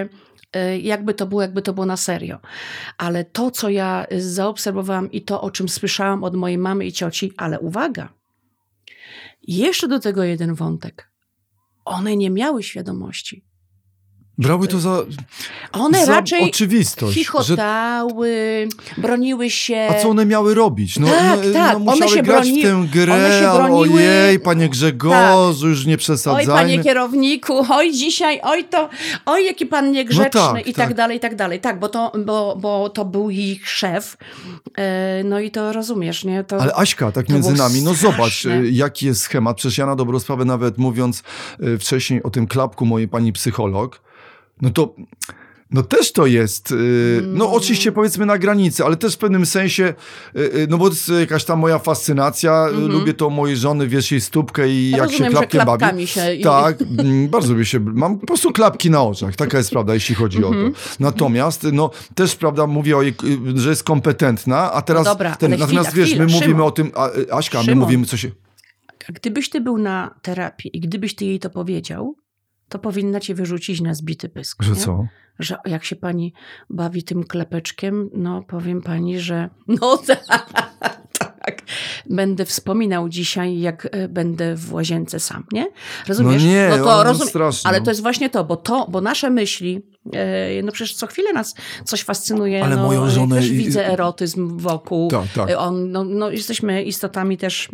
jakby to było na serio. Ale to, co ja zaobserwowałam i to, o czym słyszałam od mojej mamy i cioci, ale uwaga, jeszcze do tego jeden wątek. One nie miały świadomości.
Brały to za
raczej
oczywistość.
Chichotały, broniły się.
A co one miały robić? No,
tak.
Musiały
one się
grać w tę grę, ojej, panie Grzegorzu, już nie przesadzajmy.
Oj, panie kierowniku, oj dzisiaj, oj jaki pan niegrzeczny i tak dalej, i tak dalej. Tak, bo to był ich szef. No i to rozumiesz, nie? To,
ale Aśka, tak między nami, no zobacz, jaki jest schemat. Przecież ja na dobrą sprawę nawet mówiąc wcześniej o tym klapku mojej pani psycholog, no też to jest, no oczywiście powiedzmy na granicy, ale też w pewnym sensie, no bo to jest jakaś tam moja fascynacja, lubię to mojej żony, wiesz, jej stópkę i jak
rozumiem,
się klapkiem bawi. Tak, bardzo lubię się, mam po prostu klapki na oczach, taka jest prawda, jeśli chodzi o to. Natomiast, no też, prawda, mówię o jej, że jest kompetentna, a teraz,
no dobra,
natomiast wiesz, my mówimy o tym, Aśka, my mówimy coś...
Gdybyś ty był na terapii i gdybyś ty jej to powiedział, to powinna cię wyrzucić na zbity pysk.
Że
nie?
co?
Że jak się pani bawi tym klepeczkiem, no powiem pani, że no tak. Będę wspominał dzisiaj, jak będę w łazience sam, nie? Rozumiesz?
No nie,
to rozumiem,
strasznie.
ale to jest właśnie to, bo nasze myśli, no przecież co chwilę nas coś fascynuje.
Ale moją żonę...
Też widzę erotyzm wokół.
Tak.
Jesteśmy istotami też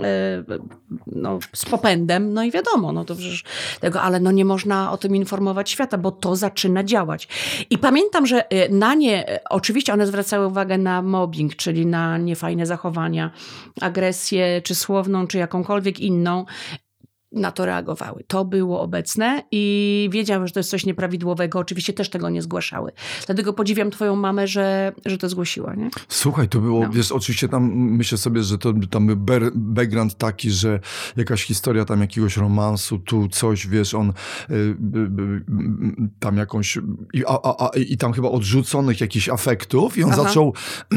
z popędem, no i wiadomo, no to przecież tego, ale no nie można o tym informować świata, bo to zaczyna działać. I pamiętam, że na nie, oczywiście one zwracały uwagę na mobbing, czyli na niefajne zachowania, agresję, czy słowną, czy jakąkolwiek inną. Na to reagowały. To było obecne i wiedziały, że to jest coś nieprawidłowego. Oczywiście też tego nie zgłaszały. Dlatego podziwiam twoją mamę, że to zgłosiła, nie?
Słuchaj, to było, wiesz, oczywiście tam myślę sobie, że to tam był background taki, że jakaś historia tam jakiegoś romansu, tu coś, wiesz, on tam jakąś i tam chyba odrzuconych jakichś afektów i on zaczął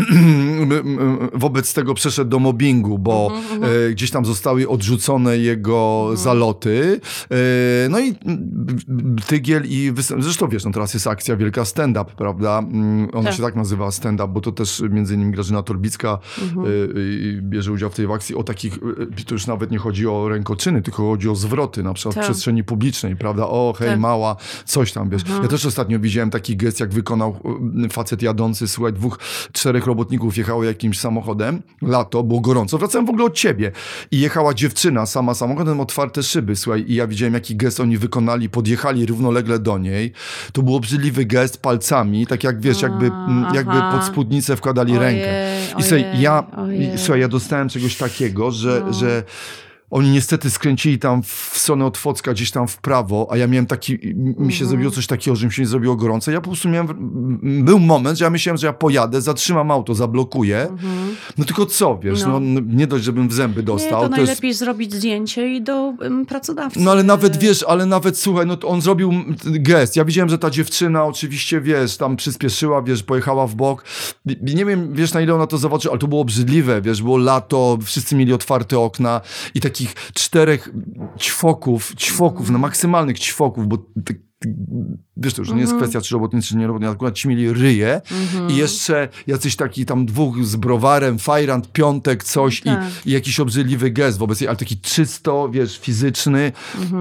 wobec tego przeszedł do mobbingu, bo gdzieś tam zostały odrzucone jego zaloty. No i tygiel i zresztą wiesz, no teraz jest akcja wielka stand-up, prawda? Ona się tak nazywa stand-up, bo to też między innymi Grażyna Torbicka bierze udział w tej akcji o takich, to już nawet nie chodzi o rękoczyny, tylko chodzi o zwroty, na przykład w przestrzeni publicznej, prawda? O, hej, mała, coś tam, wiesz. Ja też ostatnio widziałem taki gest, jak wykonał facet jadący, słuchaj, 2-4 robotników jechało jakimś samochodem, lato, było gorąco, wracałem w ogóle od ciebie i jechała dziewczyna sama samochodem, otwarte szyby, słuchaj, i ja widziałem, jaki gest oni wykonali, podjechali równolegle do niej. To był obrzydliwy gest palcami, tak jak wiesz, jakby pod spódnicę wkładali rękę. I słuchaj, ja dostałem czegoś takiego, że oni niestety skręcili tam w stronę Otwocka, gdzieś tam w prawo, a ja miałem mi się zrobiło coś takiego, że mi się nie zrobiło gorąco. Ja po prostu był moment, że ja myślałem, że ja pojadę, zatrzymam auto, zablokuję. No tylko co, wiesz, nie dość, żebym w zęby dostał.
Nie, to najlepiej zrobić zdjęcie i do pracodawcy.
No ale nawet, słuchaj, no to on zrobił gest. Ja widziałem, że ta dziewczyna oczywiście, wiesz, tam przyspieszyła, wiesz, pojechała w bok. I nie wiem, wiesz, na ile ona to zobaczy, ale to było obrzydliwe, wiesz, było lato, wszyscy mieli otwarte okna i takich 4 ćwoków, no maksymalnych ćwoków, bo wiesz, to już nie jest kwestia, czy robotnicy, czy nie robotnicy, akurat ci mieli ryje i jeszcze jacyś taki tam 2 z browarem, fajrant, piątek, coś i jakiś obrzydliwy gest wobec jej, ale taki czysto, wiesz, fizyczny.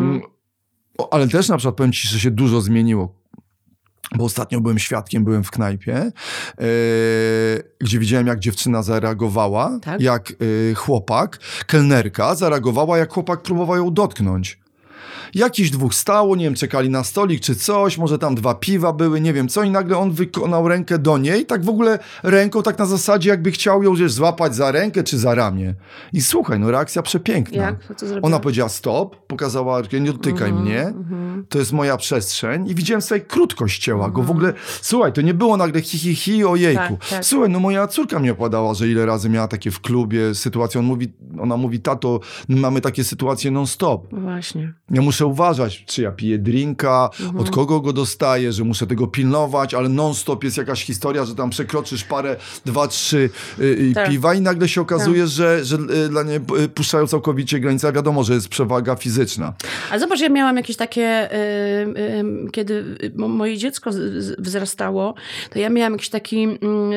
Ale też na przykład powiem ci, że się dużo zmieniło. Bo ostatnio byłem świadkiem, byłem w knajpie, gdzie widziałem, jak dziewczyna zareagowała, jak chłopak, kelnerka zareagowała, jak chłopak próbował ją dotknąć. Jakiś 2 stało, nie wiem, czekali na stolik czy coś, może tam 2 piwa były, nie wiem co, i nagle on wykonał rękę do niej, tak w ogóle ręką, tak na zasadzie, jakby chciał ją gdzieś złapać za rękę czy za ramię. I słuchaj, no reakcja przepiękna.
Jak? Co zrobiła?
Ona powiedziała stop, pokazała rękę, nie dotykaj mnie, to jest moja przestrzeń i widziałem sobie krótkość ciała go. W ogóle, słuchaj, to nie było nagle hi, ojejku. Tak. Słuchaj, no moja córka mnie opowiadała, że ile razy miała takie w klubie sytuacje, ona mówi, tato, my mamy takie sytuacje non stop.
Właśnie.
Ja muszę uważać, czy ja piję drinka, od kogo go dostaję, że muszę tego pilnować, ale non-stop jest jakaś historia, że tam przekroczysz parę, 2, 3 piwa i nagle się okazuje, że dla niej puszczają całkowicie granice, a wiadomo, że jest przewaga fizyczna.
Ale zobacz, ja miałam jakieś takie, kiedy moje dziecko wzrastało, to ja miałam jakiś taki...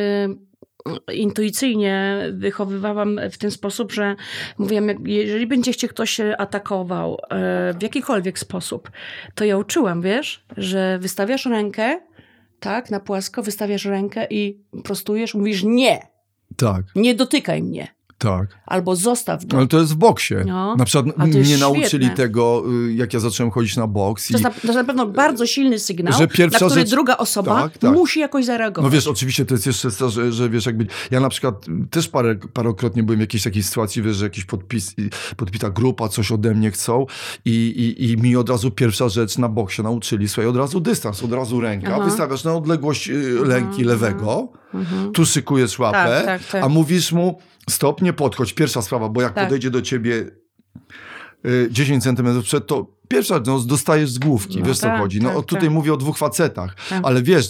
intuicyjnie wychowywałam w ten sposób, że mówiłam, jeżeli będzie cię ktoś atakował w jakikolwiek sposób, to ja uczyłam, wiesz, że wystawiasz rękę, tak, na płasko, wystawiasz rękę i prostujesz, mówisz nie,
tak,
nie dotykaj mnie.
Tak.
Albo zostaw go.
Ale to jest w boksie.
No.
Na przykład mnie nauczyli tego, jak ja zacząłem chodzić na boks.
To jest na pewno bardzo silny sygnał,
że
na który druga osoba musi jakoś zareagować.
No wiesz, oczywiście to jest jeszcze to, że wiesz, jakby ja na przykład też parokrotnie byłem w jakiejś takiej sytuacji, wiesz, że jakiś podpita grupa coś ode mnie chcą i mi od razu pierwsza rzecz na boksie nauczyli, słuchaj, od razu dystans, od razu ręka, wystawiasz na odległość ręki lewego, tu szykujesz łapę, a mówisz mu stop, nie podchodź. Pierwsza sprawa, bo jak podejdzie do ciebie 10 centymetrów przed, to pierwsza, dostajesz z główki, wiesz co chodzi. Tutaj mówię o 2 facetach, ale wiesz,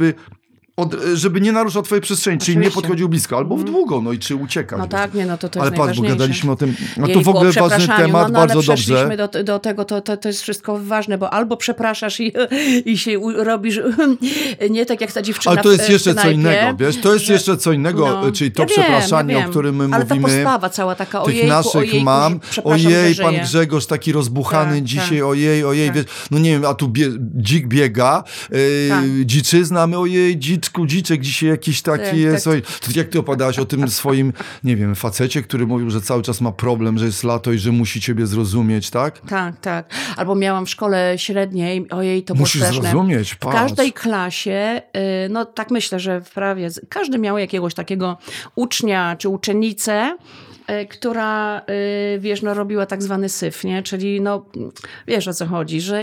żeby nie naruszał twojej przestrzeni, czyli nie podchodził blisko, albo w długo, i czy uciekać.
No tak, to jest
ale patrz, bo gadaliśmy o tym,
to
w ogóle ważny temat, bardzo dobrze.
Do tego, to jest wszystko ważne, bo albo przepraszasz i się robisz nie tak jak ta dziewczyna.
Ale to jest jeszcze co innego, wiesz, to jest jeszcze co innego, czyli to przepraszanie, o którym my
ale
mówimy.
Ale ta postawa cała taka,
tych naszych mam, ojej, pan Grzegorz taki rozbuchany dzisiaj, ojej, wiesz, no nie wiem, a tu dzik biega, dziczyzna, my ojej, dziczek dzisiaj jakiś taki jest. To jak ty opowiadałaś o tym swoim, nie wiem, facecie, który mówił, że cały czas ma problem, że jest lato i że musi ciebie zrozumieć, tak?
Tak. Albo miałam w szkole średniej, ojej, to było straszne.
Musisz zrozumieć, patrz.
W każdej klasie, tak myślę, że prawie każdy miał jakiegoś takiego ucznia czy uczennicę, która, wiesz, robiła tak zwany syf, nie? Czyli, wiesz o co chodzi, że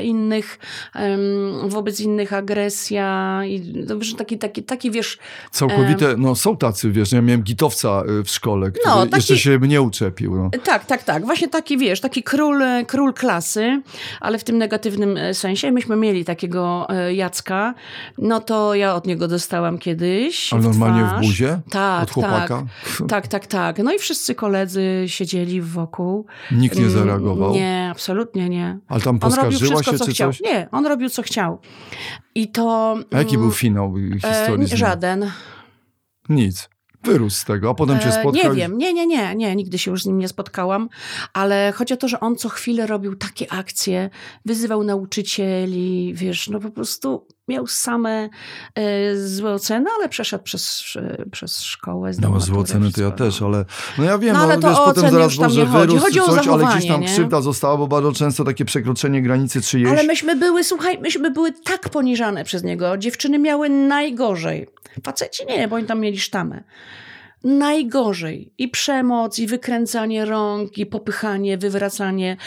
wobec innych agresja i że taki, wiesz...
Całkowite, są tacy, wiesz, ja miałem gitowca w szkole, który jeszcze się mnie uczepił.
Tak. Właśnie taki, wiesz, taki król klasy, ale w tym negatywnym sensie. Myśmy mieli takiego Jacka, to ja od niego dostałam kiedyś.
Ale normalnie w buzie?
Tak.
Od chłopaka?
Tak. No i wszyscy koledzy siedzieli wokół.
Nikt nie zareagował?
Nie, absolutnie nie.
Ale tam poskarżyła się czy
chciał.
coś?
Nie, on robił co chciał. I to...
A jaki był finał historii?
Żaden.
Nic. Wyrósł z tego, a potem cię spotkał?
Nie wiem, nie, nigdy się już z nim nie spotkałam, ale chodzi o to, że on co chwilę robił takie akcje, wyzywał nauczycieli, wiesz, po prostu miał same złe oceny, ale przeszedł przez szkołę.
Złe oceny to ja też, ale ja wiem,
ale
wiesz, potem zaraz może wyrósł
chodzi o
coś, ale gdzieś tam
nie?
krzywda została, bo bardzo często takie przekroczenie granicy czyjejś.
Ale myśmy były tak poniżane przez niego, dziewczyny miały najgorzej. Faceci nie, bo oni tam mieli sztamę. Najgorzej. I przemoc, i wykręcanie rąk, i popychanie, wywracanie,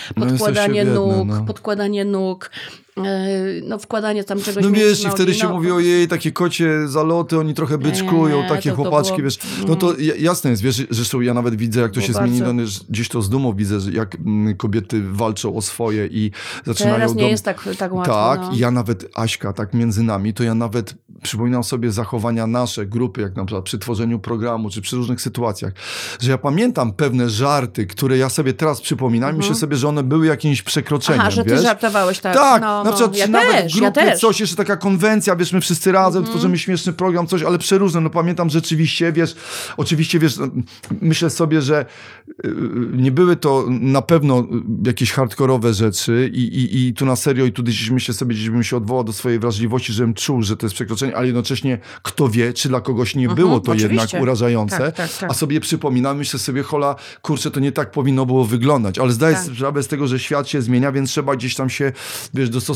podkładanie nóg, wkładanie tam czegoś
wiesz,
między
i wtedy się mówi, ojej, takie kocie zaloty, oni trochę byczkują, takie chłopaczki, było... wiesz. To jasne jest, wiesz, zresztą ja nawet widzę, jak to się zmieni, gdzieś to z dumą widzę, że jak kobiety walczą o swoje i zaczynają...
Teraz nie jest tak łatwo.
Tak, i ja nawet, Aśka, tak między nami, to ja nawet przypominam sobie zachowania nasze grupy, jak na przykład przy tworzeniu programu, czy przy różnych sytuacjach, że ja pamiętam pewne żarty, które ja sobie teraz przypominam, myślę sobie, że one były jakimś przekroczeniem,
że ty żartowałeś, tak.
Tak, na przykład nawet w grupie coś, jeszcze taka konwencja, wiesz, my wszyscy razem tworzymy śmieszny program, coś, ale przeróżne, pamiętam rzeczywiście, wiesz, oczywiście, wiesz, myślę sobie, że nie były to na pewno jakieś hardkorowe rzeczy i tu na serio, i tu gdzieś myślę sobie, gdzieś bym się odwołał do swojej wrażliwości, żebym czuł, że to jest przekroczenie, ale jednocześnie kto wie, czy dla kogoś nie było to jednak urażające, tak. A sobie przypominam, myślę sobie, hola, kurczę, to nie tak powinno było wyglądać, ale zdaję sobie sprawę z tego, że świat się zmienia, więc trzeba gdzieś tam się, wiesz, dostosować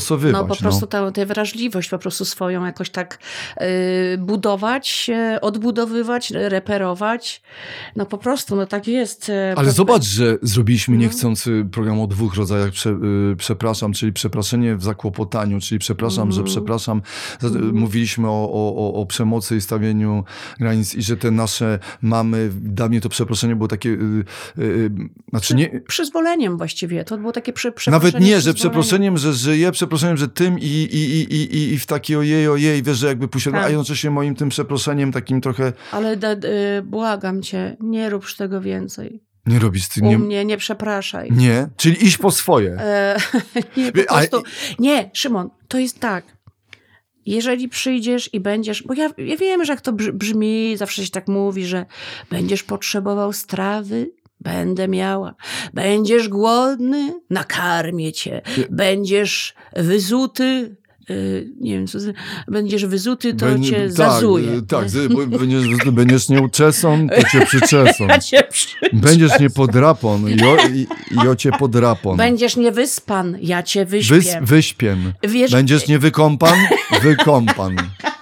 dostosowywać.
No po prostu tę wrażliwość po prostu swoją jakoś tak budować, odbudowywać, reperować. No po prostu, no tak jest.
Ale zobacz, że zrobiliśmy niechcący program o 2 rodzajach przepraszam, czyli przeproszenie w zakłopotaniu, czyli przepraszam, że przepraszam. Mówiliśmy o przemocy i stawieniu granic i że te nasze mamy, dla mnie to przeproszenie było takie, znaczy nie...
Przyzwoleniem właściwie, to było takie przeproszenie.
Nawet nie, że przeproszeniem, że żyję, przeproszeniem, że tym i w takie ojej, wiesz, że jakby posiadam, a jednocześnie moim tym przeproszeniem takim trochę...
Ale błagam cię, nie rób tego więcej.
Nie robisz ty,
mnie nie przepraszaj.
Nie? Czyli iść po swoje.
Nie, po prostu. Nie, Szymon, to jest tak. Jeżeli przyjdziesz i będziesz, bo ja wiem, że jak to brzmi, zawsze się tak mówi, że będziesz potrzebował strawy, będę miała. Będziesz głodny, nakarmię cię. Będziesz wyzuty, nie wiem, co, będziesz wyzuty, to cię zazuję.
Tak, będziesz nieuczeson, to cię przyczeson. Będziesz niepodrapon, ja cię podrapon.
Będziesz niewyspan, ja cię wyśpię.
Wyśpiem. Będziesz niewykąpan, wykąpan.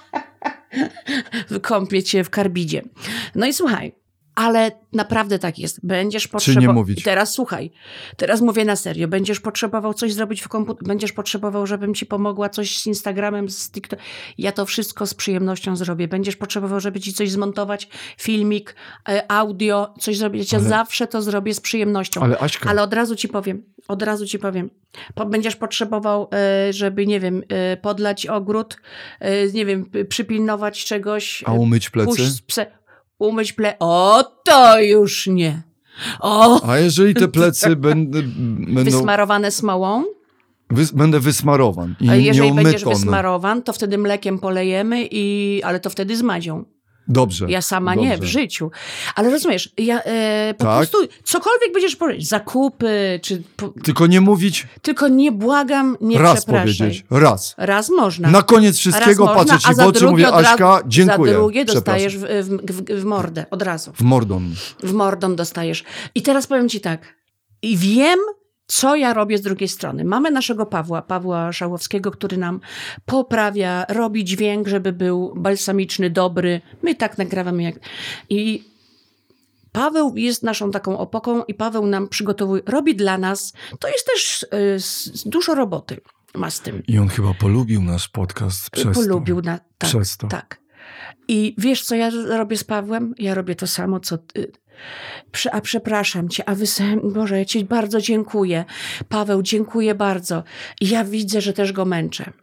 Wykąpię cię w karbidzie. No i słuchaj, ale naprawdę tak jest. Będziesz potrzebował...
Czy nie mówić?
Teraz słuchaj, teraz mówię na serio. Będziesz potrzebował coś zrobić w komputerze, będziesz potrzebował, żebym ci pomogła coś z Instagramem, z TikTokiem. Ja to wszystko z przyjemnością zrobię. Będziesz potrzebował, żeby ci coś zmontować, filmik, audio, coś zrobić. Ja zawsze to zrobię z przyjemnością.
Ale Aśka...
Ale od razu ci powiem. Będziesz potrzebował, żeby, nie wiem, podlać ogród, nie wiem, przypilnować czegoś.
A umyć plecy?
Pójść umyć O, to już nie.
A jeżeli te plecy będą...
Wysmarowane smołą?
Będę wysmarowan.
A jeżeli będziesz wysmarowan, to wtedy mlekiem polejemy, ale to wtedy z mazią.
Dobrze.
Ja sama nie, w życiu. Ale rozumiesz, ja po prostu cokolwiek będziesz powiedzieć, zakupy, czy...
Tylko nie mówić...
Tylko nie błagam, nie przepraszaj.
Raz powiedzieć. Raz.
Raz można.
Na koniec wszystkiego patrzę ci w oczy, mówię, Aśka, dziękuję.
Za drugie dostajesz w mordę, od razu. W mordon dostajesz. I teraz powiem ci tak. I wiem, co ja robię z drugiej strony. Mamy naszego Pawła Szałowskiego, który nam poprawia, robi dźwięk, żeby był balsamiczny, dobry. My tak nagrywamy. I Paweł jest naszą taką opoką i Paweł nam przygotowuje, robi dla nas. To jest też dużo roboty ma z tym.
I on chyba polubił nasz podcast przez
Polubił
to.
Przez to. Tak. I wiesz, co ja robię z Pawłem? Ja robię to samo, co ty. A przepraszam cię, Boże, ja ci bardzo dziękuję. Paweł, dziękuję bardzo. I ja widzę, że też go męczę.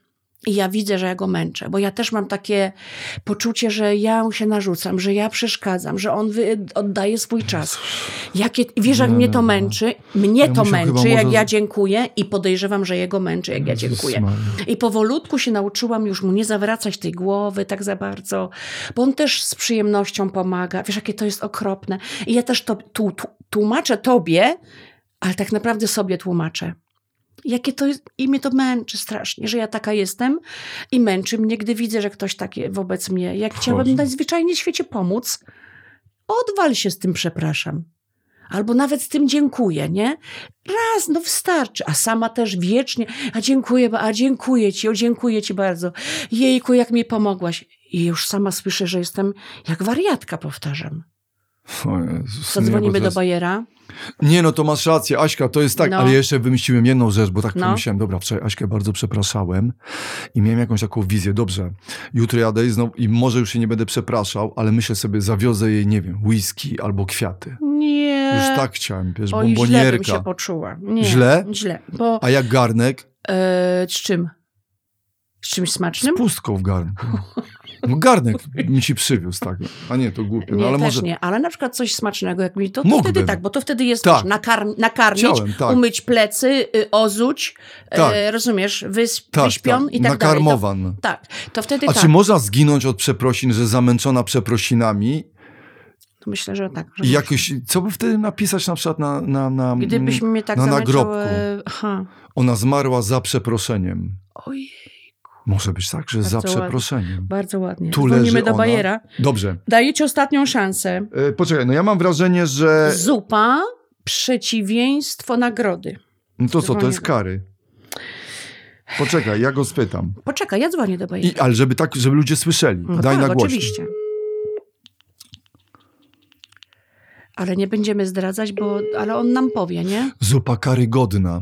Bo ja też mam takie poczucie, że ja się narzucam, że ja przeszkadzam, że on oddaje swój czas. Wiesz, jak mnie to męczy? Mnie to męczy, jak ja dziękuję i podejrzewam, że jego męczy, jak ja dziękuję. I powolutku się nauczyłam już mu nie zawracać tej głowy tak za bardzo, bo on też z przyjemnością pomaga. Wiesz, jakie to jest okropne. I ja też to tłumaczę tobie, ale tak naprawdę sobie tłumaczę. Jakie to jest, i mnie to męczy strasznie, że ja taka jestem i męczy mnie, gdy widzę, że ktoś taki wobec mnie. Jak chciałabym najzwyczajniej w świecie pomóc, odwal się z tym przepraszam. Albo nawet z tym dziękuję, nie? Raz, wystarczy. A sama też wiecznie, dziękuję ci bardzo. Jejku, jak mi pomogłaś. I już sama słyszę, że jestem jak wariatka, powtarzam.
O Jezus,
co, dzwonimy do Bajera?
Nie, to masz rację, Aśka, to jest tak, ale jeszcze wymyśliłem jedną rzecz, bo tak pomyślałem, dobra, wczoraj Aśkę bardzo przepraszałem i miałem jakąś taką wizję, dobrze, jutro jadę znowu i może już się nie będę przepraszał, ale myślę sobie, zawiozę jej, nie wiem, whisky albo kwiaty.
Nie.
Już tak chciałem, wiesz, bombonierka.
Źle bym się poczuła. Nie,
źle?
Źle. Bo...
A jak garnek?
Z czym? Z czymś smacznym?
Z pustką w garnku. Garnek mi ci przywiózł, tak. A nie, to głupie.
Nie,
ale
też
może...
nie, ale na przykład coś smacznego, jak mi to wtedy tak, bo to wtedy jest nakarmić, umyć plecy, ozuć, rozumiesz, wyśpion i tak
nakarmowan.
dalej. Tak, to wtedy
A czy można zginąć od przeprosin, że zamęczona przeprosinami?
To myślę, że tak. Że
i jakoś, co by wtedy napisać na przykład
gdybyśmy mnie tak
na
nagrobku.
Ona zmarła za przeproszeniem.
Ojej.
Może być tak, że bardzo za przeproszeniem.
Ładnie, bardzo ładnie.
Tu dzwonimy
do Bajera.
Dobrze.
Daję ci ostatnią szansę.
Poczekaj, ja mam wrażenie, że...
Zupa, przeciwieństwo nagrody.
No to co, to jest kary? Poczekaj, ja go spytam.
Poczekaj, ja dzwonię do Bajera.
Ale żeby ludzie słyszeli.
No
Daj
tak,
na głośno.
oczywiście. Ale nie będziemy zdradzać, ale on nam powie, nie?
Zupa karygodna.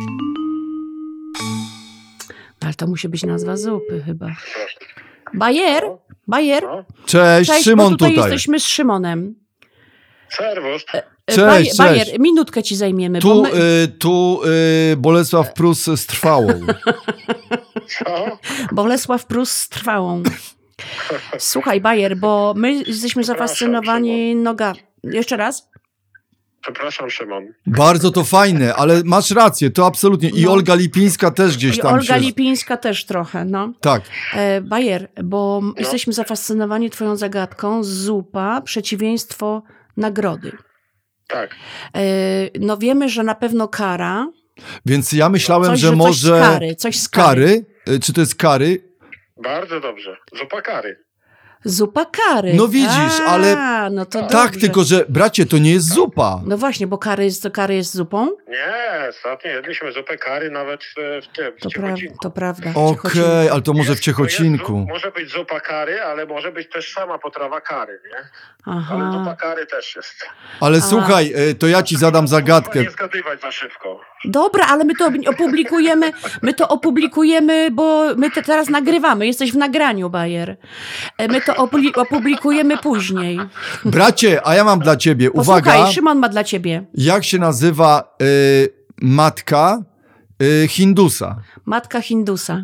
Ale to musi być nazwa zupy chyba. Bajer? Bajer?
Cześć, Szymon
bo tutaj.
tutaj.
Jesteśmy z Szymonem.
Serwus.
Cześć,
Bajer,
cześć.
minutkę ci zajmiemy.
Tu Bolesław Prus z trwałą.
Co?
Bolesław Prus z trwałą. Słuchaj, Bajer, bo my jesteśmy zafascynowani Jeszcze raz?
Przepraszam, Szymon.
Bardzo to fajne, ale masz rację, to absolutnie. I Olga Lipińska też gdzieś
I
tam
Olga Lipińska też trochę, no.
Tak.
Bajer, bo jesteśmy zafascynowani twoją zagadką. Zupa, przeciwieństwo nagrody.
Tak.
No wiemy, że na pewno kara.
Więc ja myślałem, że
Coś
może...
Coś z kary.
Czy to jest kary?
Bardzo dobrze. Zupa kary.
Zupa kary.
No widzisz, ale...
No to
Tak,
dobrze.
tylko że, bracie, to nie jest zupa.
No właśnie, bo kary jest zupą?
Nie, ostatnio jedliśmy zupę kary nawet w Ciechocinku.
To prawda.
Okej, ale to może w Ciechocinku.
Może być zupa kary, ale może być też sama potrawa kary, nie?
Aha.
Ale zupa kary też jest.
Ale słuchaj, to ja ci zadam zagadkę.
Nie zgadywać za szybko.
Dobra, ale my to opublikujemy, bo my teraz nagrywamy. Jesteś w nagraniu, Bajer. My to opublikujemy później.
Bracie, a ja mam dla ciebie, uwaga.
Posłuchaj, Szymon ma dla ciebie.
Jak się nazywa matka Hindusa?
Matka Hindusa.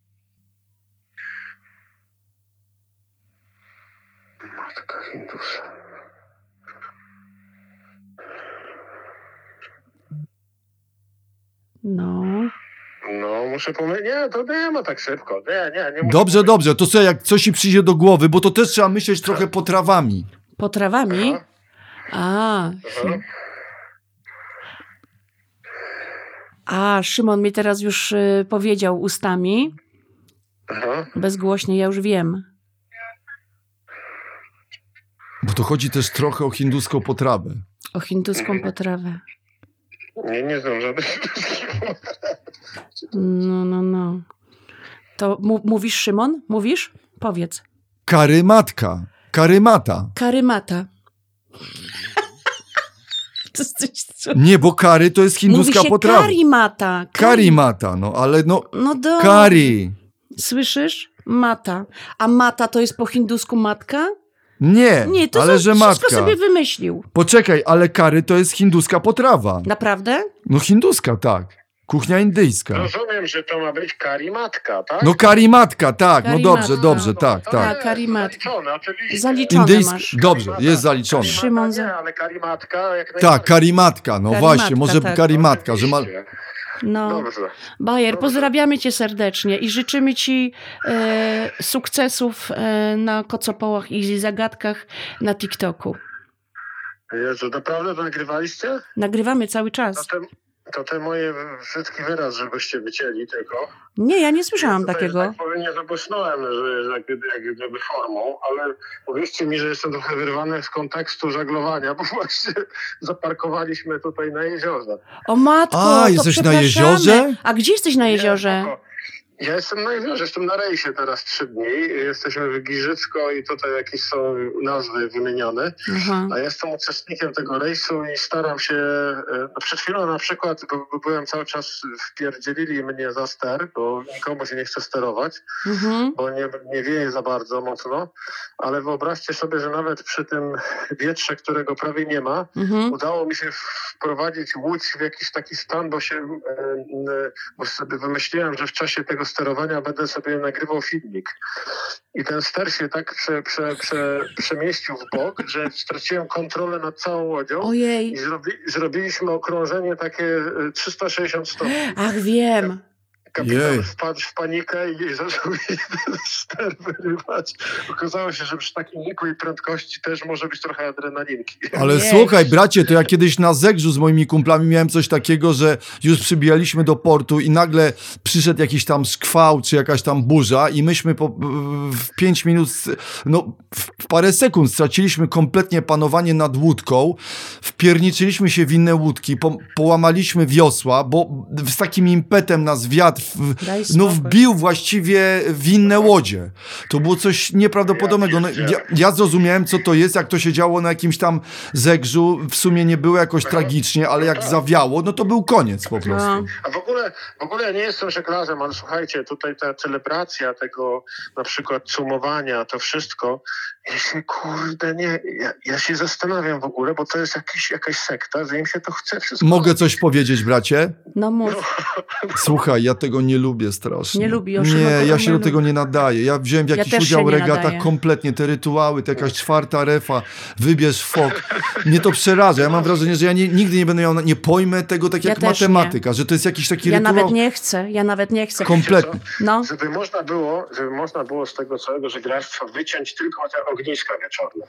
Matka Hindusa. No, muszę powiedzieć, nie, to nie ma tak szybko. Nie muszę
Dobrze, to co, jak coś ci przyjdzie do głowy, bo to też trzeba myśleć trochę potrawami.
Potrawami? Szymon mi teraz już powiedział ustami. Bezgłośnie, ja już wiem.
Bo to chodzi też trochę o hinduską potrawę.
O hinduską potrawę.
Nie znam żadnych.
No. To mówisz, Szymon? Mówisz? Powiedz.
Karymata.
Karymata.
Nie, bo kary to jest hinduska potrawa.
Karimata,
no ale no
dobra.
Kari.
Słyszysz? Mata. A mata to jest po hindusku matka?
Nie,
to
ale że
wszystko
matka.
sobie wymyślił.
Poczekaj, ale kary to jest hinduska potrawa.
Naprawdę?
No hinduska, tak. Kuchnia indyjska.
Rozumiem, że to ma być karimatka, tak?
No karimatka, tak.
Karimatka.
No dobrze, tak.
Karimatka.
Zaliczone, oczywiście.
Zaliczone masz.
Dobrze, jest zaliczone.
Szymon
Nie, ale karimatka jak
Tak, karimatka, no
Karimatka,
właśnie, może
tak.
karimatka, że ma...
No.
Dobrze.
Bajer, pozdrawiamy cię serdecznie i życzymy ci sukcesów na kocopołach i zagadkach na TikToku.
Jezu, naprawdę to nagrywaliście?
Nagrywamy cały czas.
To te moje wszystkie wyraz, żebyście wycięli tylko.
Nie, ja nie słyszałam
Tutaj,
takiego.
Tak powiem, nie zabłysnąłem, że jak gdyby formą, ale powiedzcie mi, że jestem trochę wyrwany z kontekstu żaglowania, bo właśnie zaparkowaliśmy tutaj na jeziorze.
O matko, to
jesteś na
przepraszamy.
jeziorze?
A gdzie jesteś na jeziorze?
Ja jestem na jeziorze, jestem na rejsie teraz 3 dni. Jesteśmy w Giżycko i tutaj jakieś są nazwy wymienione.
Aha.
A jestem uczestnikiem tego rejsu i staram się... Przed chwilą na przykład byłem cały czas, wpierdzielili mnie za ster, bo nikomu się nie chce sterować, bo nie wieje za bardzo mocno. Ale wyobraźcie sobie, że nawet przy tym wietrze, którego prawie nie ma, udało mi się wprowadzić łódź w jakiś taki stan, bo sobie wymyśliłem, że w czasie tego sterowania będę sobie nagrywał filmik. I ten ster się tak przemieścił w bok, że straciłem kontrolę nad całą łodzią.
Ojej.
I zrobiliśmy okrążenie takie 360 stopni.
Ach, wiem.
Kapitan wpadł w panikę i zaczął ten ster wyrywać. Okazało się, że przy takim nikłej prędkości też może być trochę adrenalinki.
Ale słuchaj, bracie, to ja kiedyś na Zegrzu z moimi kumplami miałem coś takiego, że już przybijaliśmy do portu i nagle przyszedł jakiś tam szkwał, czy jakaś tam burza i myśmy w 5 minut, w parę sekund straciliśmy kompletnie panowanie nad łódką, wpierniczyliśmy się w inne łódki, połamaliśmy wiosła, bo z takim impetem nas wiatr wbił właściwie w inne łodzie. To było coś nieprawdopodobnego. No, ja zrozumiałem, co to jest, jak to się działo na jakimś tam zegrzu. W sumie nie było jakoś tragicznie, ale jak zawiało, no to był koniec po prostu.
A w ogóle ja nie jestem żeglarzem, ale słuchajcie, tutaj ta celebracja tego na przykład sumowania, to wszystko, ja się zastanawiam w ogóle, bo to jest jakaś sekta, że im się to chce wszystko.
Mogę coś powiedzieć, bracie?
No mów.
Słuchaj, ja tego nie lubię strasznie.
Nie lubię.
Nie, ja się do tego nie nadaję. Ja wziąłem w jakiś udział w regatach kompletnie, te rytuały, to jakaś 4. refa, wybierz fok. Mnie to przeraża. Ja mam wrażenie, że ja nigdy nie będę miał, nie pojmę tego tak jak matematyka, że to jest jakiś taki rytuał.
Ja nawet nie chcę.
Kompletnie.
No.
Żeby można było z tego całego żeglarstwa wyciąć tylko te ogniska wieczorne.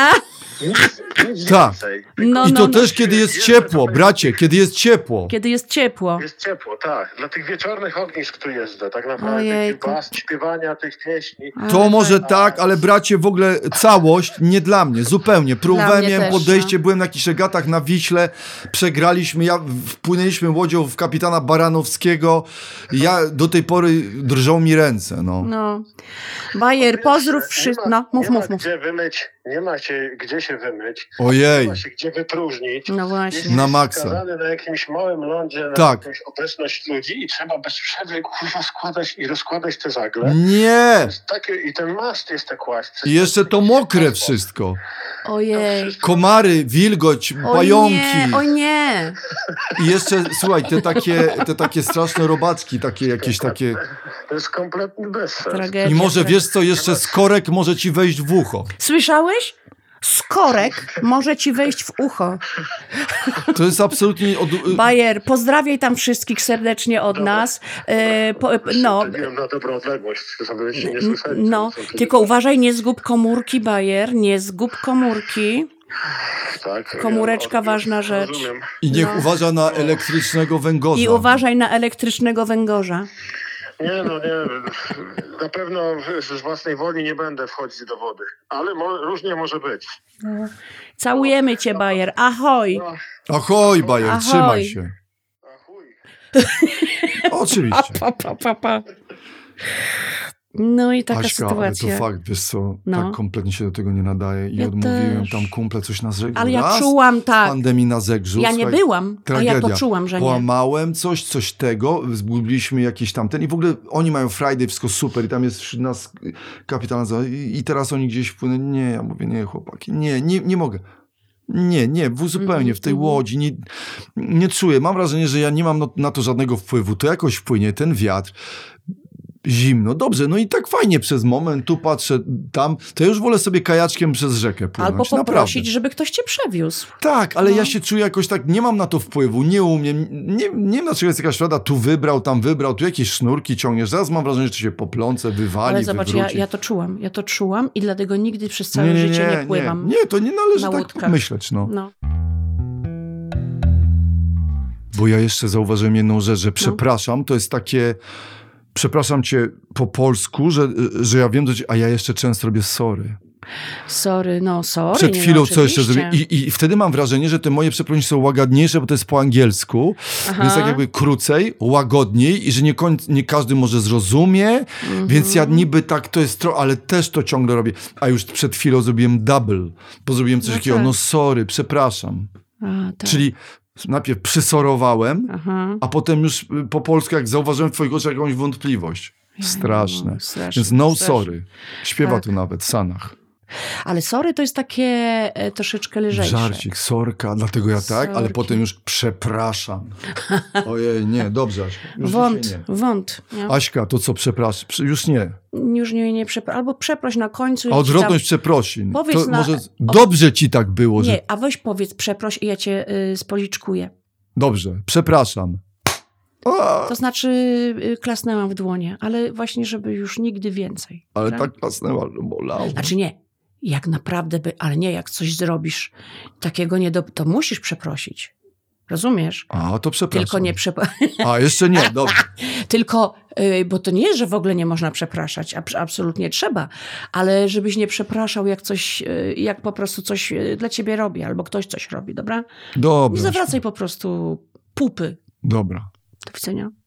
Nic
tak.
więcej.
I to też kiedy jest ciepło, bracie, kiedy jest ciepło.
Kiedy jest ciepło.
Jest ciepło, tak. Dla tych wieczornych ognisk tu jeżdżę, tak naprawdę. Śpiewania tych pieśni.
To może tak, ale bracie, w ogóle całość nie dla mnie, zupełnie. Próbowałem, miałem podejście, byłem na jakichś regatach na Wiśle, przegraliśmy, wpłynęliśmy łodzią w kapitana Baranowskiego. Ja do tej pory drżą mi ręce, no.
Bayer, pozdrów wszystko. No, mów.
Nie ma się gdzie się wymyć.
Ojej.
Nie ma się gdzie wypróżnić.
No właśnie.
Jest
na maksa.
skazany na jakimś małym lądzie na jakąś obecność ludzi i trzeba bez przerwy składać i rozkładać te żagle.
Nie!
I ten mast jest tak kłaść.
I jeszcze to mokre wszystko.
Ojej.
Komary, wilgoć, pająki.
O nie.
I jeszcze, słuchaj, te takie straszne robaczki, takie jakieś takie...
To jest kompletny bezsens.
I może wiesz co, jeszcze skorek może ci wejść w ucho.
Słyszałeś? Skorek może ci wejść w ucho.
To jest absolutnie...
Bayer, pozdrawiaj tam wszystkich serdecznie od nas.
Byłem na dobrą odległość, żeby się nie słyszeli.
Tylko uważaj, nie zgub komórki, Bayer, nie zgub komórki.
Tak,
komóreczka ważna rzecz.
Rozumiem.
I niech uważa na elektrycznego węgorza.
I uważaj na elektrycznego węgorza.
Nie. Na pewno z własnej woli nie będę wchodzić do wody. Ale różnie może być.
Całujemy cię, Bayer. Ahoj.
Ahoj, Bayer,
Ahoj.
trzymaj się.
Ahoj.
Oczywiście.
Pa. No i taka
Aśka,
sytuacja.
ale to fakt, wiesz co, tak kompletnie się do tego nie nadaje i odmówiłem
też.
tam kumple coś na zegrzu.
Ale ja czułam tak.
Pandemii na zegrzu.
Ja nie byłam,
tragedia.
a ja to czułam, że nie.
Połamałem coś tego, zgubiliśmy jakieś tamten i w ogóle oni mają Friday, wszystko super i tam jest wśród nas kapitan i teraz oni gdzieś wpłynęli. Nie, ja mówię, nie chłopaki, nie mogę. Nie, zupełnie w tej łodzi nie czuję. Mam wrażenie, że ja nie mam na to żadnego wpływu. To jakoś wpłynie, ten wiatr. Zimno, dobrze, no i tak fajnie przez moment, tu patrzę, tam, to ja już wolę sobie kajaczkiem przez rzekę płynąć.
Albo poprosić,
naprawdę.
żeby ktoś cię przewiózł.
Tak, ale ja się czuję jakoś tak, nie mam na to wpływu, nie umiem, nie wiem dlaczego jest jakaś rada, tu wybrał, tam wybrał, tu jakieś sznurki ciągniesz, zaraz mam wrażenie, że to się poplące, wywali,
ale zobacz,
wywróci.
ja to czułam i dlatego nigdy przez całe życie nie pływam.
Nie, to nie należy tak myśleć, no. Bo ja jeszcze zauważyłem jedną rzecz, że przepraszam, to jest takie... Przepraszam cię po polsku, że ja wiem, a ja jeszcze często robię sorry.
Sorry.
Przed chwilą co jeszcze zrobię. I wtedy mam wrażenie, że te moje przeprosiny są łagodniejsze, bo to jest po angielsku, więc tak jakby krócej, łagodniej i że nie każdy może zrozumie, więc ja niby tak to jest, ale też to ciągle robię. A już przed chwilą zrobiłem double, bo zrobiłem coś takiego, sorry, przepraszam.
Tak.
Czyli najpierw przysorowałem, a potem już po polsku, jak zauważyłem w twoich oczach jakąś wątpliwość. Straszne. Więc sorry. Śpiewa tu nawet Sanach.
Ale sorry to jest takie troszeczkę lżejsze.
Żarcik, sorka, dlatego ja tak, ale potem już przepraszam. Ojej, nie, dobrze Aśka.
Wąt. Nie?
Aśka, to co przepraszam? Już nie.
Już nie przepraszam. Albo przeproś na końcu.
A odwrotność przeprosin.
Powiedz
to może dobrze ci tak było.
Nie, a weź powiedz przeproś i ja cię spoliczkuję.
Dobrze, przepraszam.
To znaczy klasnęłam w dłonie, ale właśnie, żeby już nigdy więcej.
Ale tak klasnęła, że bolało.
Znaczy nie, jak naprawdę ale nie, jak coś zrobisz takiego to musisz przeprosić. Rozumiesz?
A, to przepraszam.
Tylko nie
A, jeszcze nie, dobrze.
Tylko, bo to nie jest, że w ogóle nie można przepraszać, absolutnie trzeba, ale żebyś nie przepraszał, jak po prostu coś dla ciebie robi, albo ktoś coś robi, dobra?
Dobra.
Nie zawracaj po prostu pupy.
Dobra.
Do widzenia.